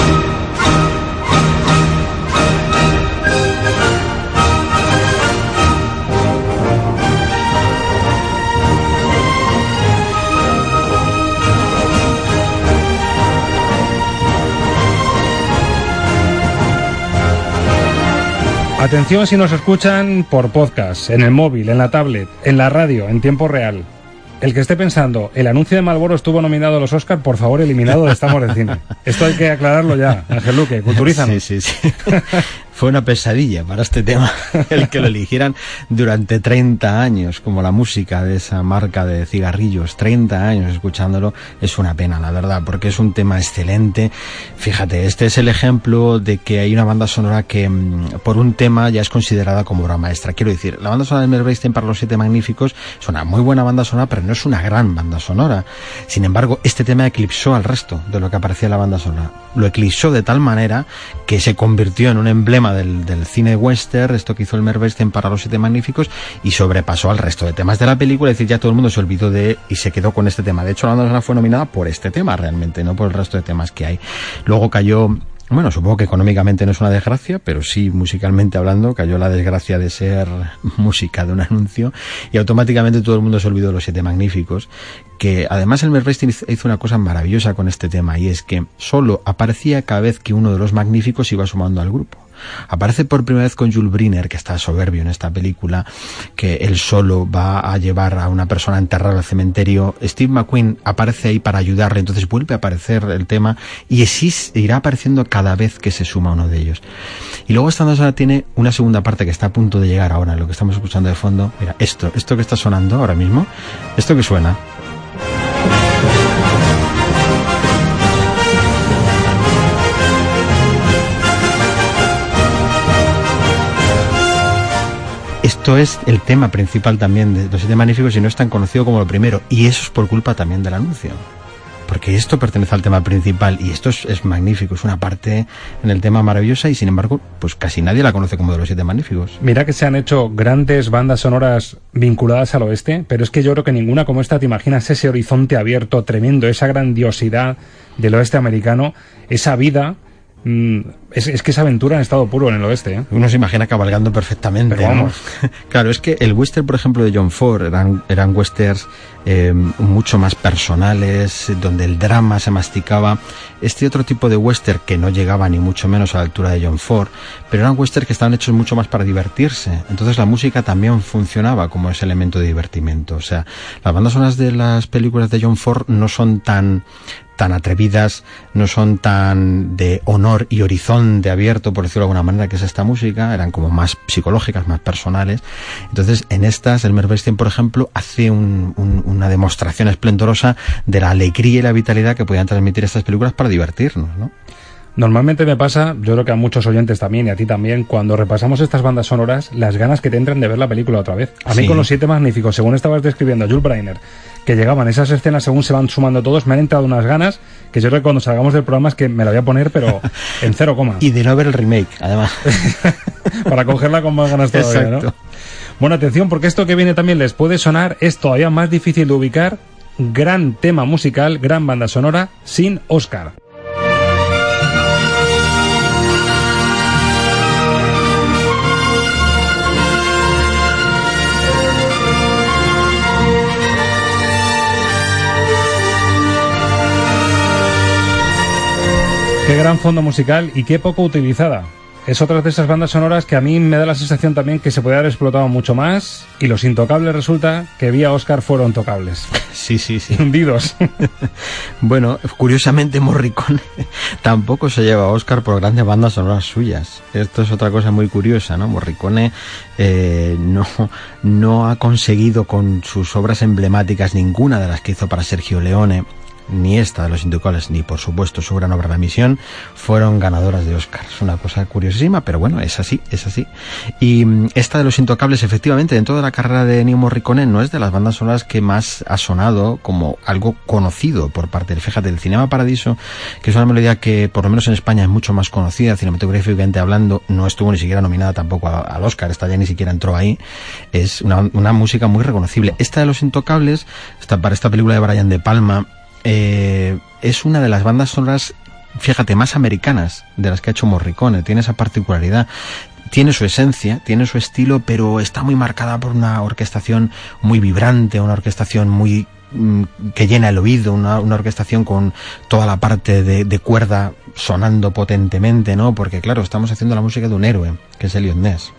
Atención si nos escuchan por podcast, en el móvil, en la tablet, en la radio, en tiempo real. El que esté pensando, el anuncio de Marlboro estuvo nominado a los Oscar, por favor, eliminado de Estamos de Cine. Esto hay que aclararlo ya, Ángel Luque, culturízanos. Sí, sí, sí. Fue una pesadilla para este tema el que lo eligieran durante treinta años, como la música de esa marca de cigarrillos, treinta años escuchándolo, es una pena, la verdad, porque es un tema excelente. Fíjate, este es el ejemplo de que hay una banda sonora que por un tema ya es considerada como obra maestra. Quiero decir, la banda sonora de Mel Bernstein para Los Siete Magníficos es una muy buena banda sonora, pero no es una gran banda sonora. Sin embargo, este tema eclipsó al resto de lo que aparecía en la banda sonora. Lo eclipsó de tal manera que se convirtió en un emblema Del, del cine western, esto que hizo el Mel Bernstein para Los Siete Magníficos, y sobrepasó al resto de temas de la película. Es decir, ya todo el mundo se olvidó de y se quedó con este tema. De hecho, la banda sonora fue nominada por este tema realmente, no por el resto de temas que hay. Luego cayó, bueno, supongo que económicamente no es una desgracia, pero sí musicalmente hablando, cayó la desgracia de ser música de un anuncio, y automáticamente todo el mundo se olvidó de Los Siete Magníficos, que además el Mel Bernstein hizo una cosa maravillosa con este tema, y es que solo aparecía cada vez que uno de los magníficos iba sumando al grupo. Aparece por primera vez con Jules Briner, que está soberbio en esta película, que él solo va a llevar a una persona a enterrar al cementerio. Steve McQueen aparece ahí para ayudarle, entonces vuelve a aparecer el tema, y así irá apareciendo cada vez que se suma uno de ellos. Y luego esta banda tiene una segunda parte que está a punto de llegar ahora, lo que estamos escuchando de fondo. Mira, esto, esto que está sonando ahora mismo, esto que suena. Esto es el tema principal también de Los Siete Magníficos, y no es tan conocido como lo primero, y eso es por culpa también del anuncio, porque esto pertenece al tema principal, y esto es, es magnífico, es una parte en el tema maravillosa, y sin embargo pues casi nadie la conoce como de Los Siete Magníficos. Mira que se han hecho grandes bandas sonoras vinculadas al oeste, pero es que yo creo que ninguna como esta. Te imaginas ese horizonte abierto tremendo, esa grandiosidad del oeste americano, esa vida. Mm, es, es que esa aventura en estado puro en el oeste, ¿eh? Uno se imagina cabalgando perfectamente, pero vamos, ¿no? Claro, es que el western, por ejemplo, de John Ford eran, eran westerns eh, mucho más personales, donde el drama se masticaba. Este otro tipo de western, que no llegaba ni mucho menos a la altura de John Ford, pero eran westerns que estaban hechos mucho más para divertirse. Entonces la música también funcionaba como ese elemento de divertimento. O sea, las bandas sonoras de las películas de John Ford no son tan tan atrevidas, no son tan de honor y horizonte abierto, por decirlo de alguna manera, que es esta música, eran como más psicológicas, más personales. Entonces, en estas, Elmer Bernstein, por ejemplo, hace un, un, una demostración esplendorosa de la alegría y la vitalidad que podían transmitir estas películas para divertirnos, ¿no? Normalmente me pasa, yo creo que a muchos oyentes también y a ti también, cuando repasamos estas bandas sonoras, las ganas que te entran de ver la película otra vez. A mí sí. Con Los Siete Magníficos, según estabas describiendo a Jules Breiner, que llegaban esas escenas según se van sumando todos, me han entrado unas ganas que yo creo que cuando salgamos del programa es que me la voy a poner, pero en cero coma. Y de no ver el remake, además. Para cogerla con más ganas todavía, exacto. ¿No? Bueno, atención, porque esto que viene también les puede sonar, es todavía más difícil de ubicar. Gran tema musical, gran banda sonora, sin Oscar. Qué gran fondo musical y qué poco utilizada. Es otra de esas bandas sonoras que a mí me da la sensación también que se puede haber explotado mucho más, y Los Intocables resulta que vía Oscar fueron tocables. Sí, sí, sí. Hundidos. Bueno, curiosamente Morricone tampoco se lleva a Oscar por grandes bandas sonoras suyas. Esto es otra cosa muy curiosa, ¿no? Morricone eh, no, no ha conseguido con sus obras emblemáticas ninguna de las que hizo para Sergio Leone, ni esta de Los Intocables, ni por supuesto su gran obra La Misión, fueron ganadoras de Oscar. Es una cosa curiosísima, pero bueno, es así, es así. Y esta de Los Intocables, efectivamente, dentro de la carrera de Ennio Morricone, no es de las bandas sonoras que más ha sonado como algo conocido por parte del, fíjate, el Cinema Paradiso, que es una melodía que por lo menos en España es mucho más conocida, cinematográficamente hablando, no estuvo ni siquiera nominada tampoco a, al Oscar, esta ya ni siquiera entró ahí. Es una, una música muy reconocible. Esta de Los Intocables, esta, para esta película de Brian De Palma, Eh, es una de las bandas sonoras, fíjate, más americanas de las que ha hecho Morricone. Tiene esa particularidad, tiene su esencia, tiene su estilo, pero está muy marcada por una orquestación muy vibrante, una orquestación muy mm, que llena el oído, una, una orquestación con toda la parte de, de cuerda sonando potentemente, ¿no? Porque claro, estamos haciendo la música de un héroe, que es Elliot Ness.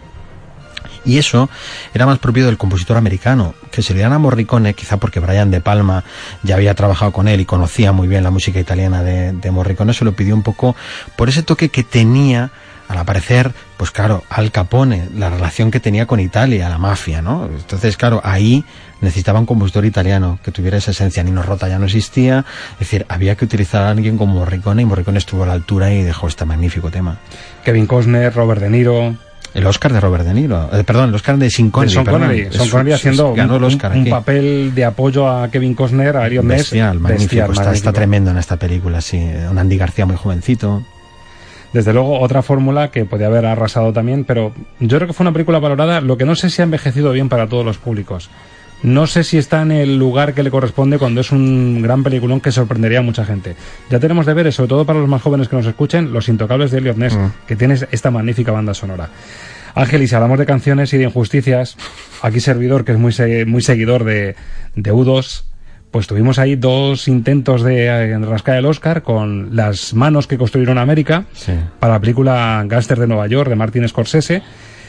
Y eso era más propio del compositor americano, que se le dan a Morricone, quizá porque Brian De Palma ya había trabajado con él y conocía muy bien la música italiana de, de Morricone, se lo pidió un poco por ese toque que tenía, al aparecer, pues claro, Al Capone, la relación que tenía con Italia, la mafia, ¿no? Entonces, claro, ahí necesitaba un compositor italiano que tuviera esa esencia. Nino Rota ya no existía, es decir, había que utilizar a alguien como Morricone, y Morricone estuvo a la altura y dejó este magnífico tema. Kevin Costner, Robert De Niro... El Oscar de Robert De Niro, eh, perdón, el Oscar de Sean Connery, Sean Connery, Sean Connery haciendo un, el Oscar un, un papel de apoyo a Kevin Costner, a Elliot Ness. Bestial, magnífico, bestial, está, magnífico. Está tremendo en esta película, sí. Un Andy García muy jovencito. Desde luego, otra fórmula que podía haber arrasado también, pero yo creo que fue una película valorada. Lo que no sé si ha envejecido bien para todos los públicos. No sé si está en el lugar que le corresponde cuando es un gran peliculón que sorprendería a mucha gente. Ya tenemos deberes, sobre todo para los más jóvenes que nos escuchen, Los Intocables de Elliot Ness, mm. que tiene esta magnífica banda sonora. Ángel, y si hablamos de canciones y de injusticias, aquí servidor, que es muy, muy seguidor de, de U dos, pues tuvimos ahí dos intentos de rascar el Oscar con Las manos que construyeron América, sí, para la película Gángster de Nueva York de Martin Scorsese.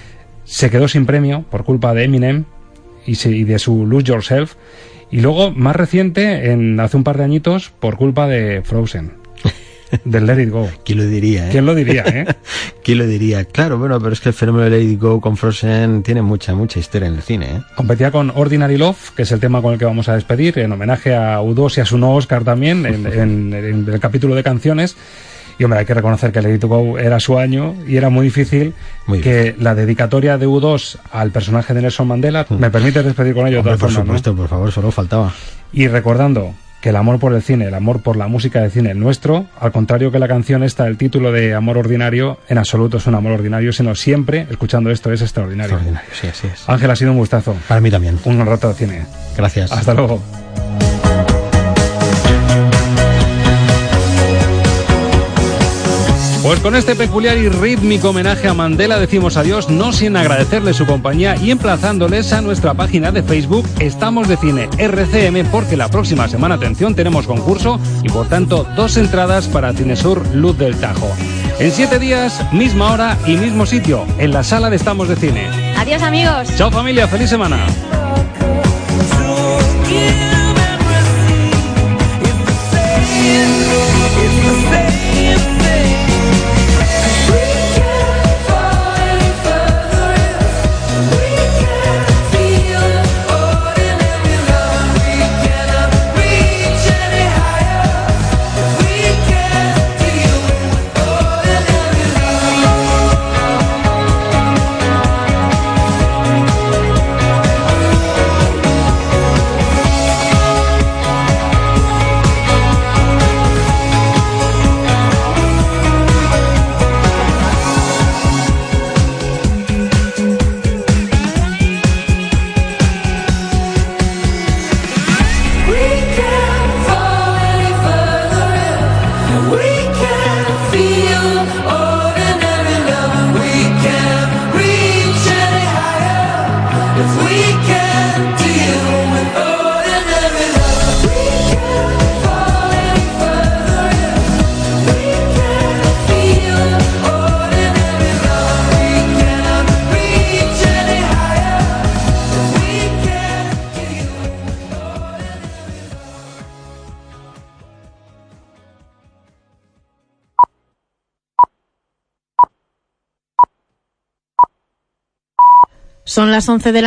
Se quedó sin premio por culpa de Eminem y, se, y de su Lose Yourself. Y luego, más reciente, en hace un par de añitos, por culpa de Frozen. Del Let It Go. ¿Quién lo diría, eh? ¿Quién lo diría, eh? ¿Quién lo diría? Claro, bueno, pero es que el fenómeno de Let It Go con Frozen tiene mucha, mucha historia en el cine, ¿eh? Competía con Ordinary Love, que es el tema con el que vamos a despedir, en homenaje a U dos y a su no Oscar también, en, en, en el capítulo de canciones. Y hombre, hay que reconocer que Let It Go era su año y era muy difícil muy que bien. La dedicatoria de U dos al personaje de Nelson Mandela, mm. ¿me permites despedir con ello? Hombre, de todas por formas, supuesto, ¿no? Por favor, solo faltaba. Y recordando que el amor por el cine, el amor por la música de cine, el nuestro, al contrario que la canción esta, el título de Amor Ordinario, en absoluto es un amor ordinario, sino siempre, escuchando esto, es extraordinario. Extraordinario, sí, así es. Ángel, ha sido un gustazo. Para mí también. Un rato de cine. Gracias. Hasta luego. Pues con este peculiar y rítmico homenaje a Mandela decimos adiós, no sin agradecerle su compañía y emplazándoles a nuestra página de Facebook Estamos de Cine R C M, porque la próxima semana, atención, tenemos concurso y por tanto dos entradas para Cinesur Luz del Tajo. En siete días, misma hora y mismo sitio, en la sala de Estamos de Cine. Adiós, amigos. Chao, familia, feliz semana. Yeah. Son las once de la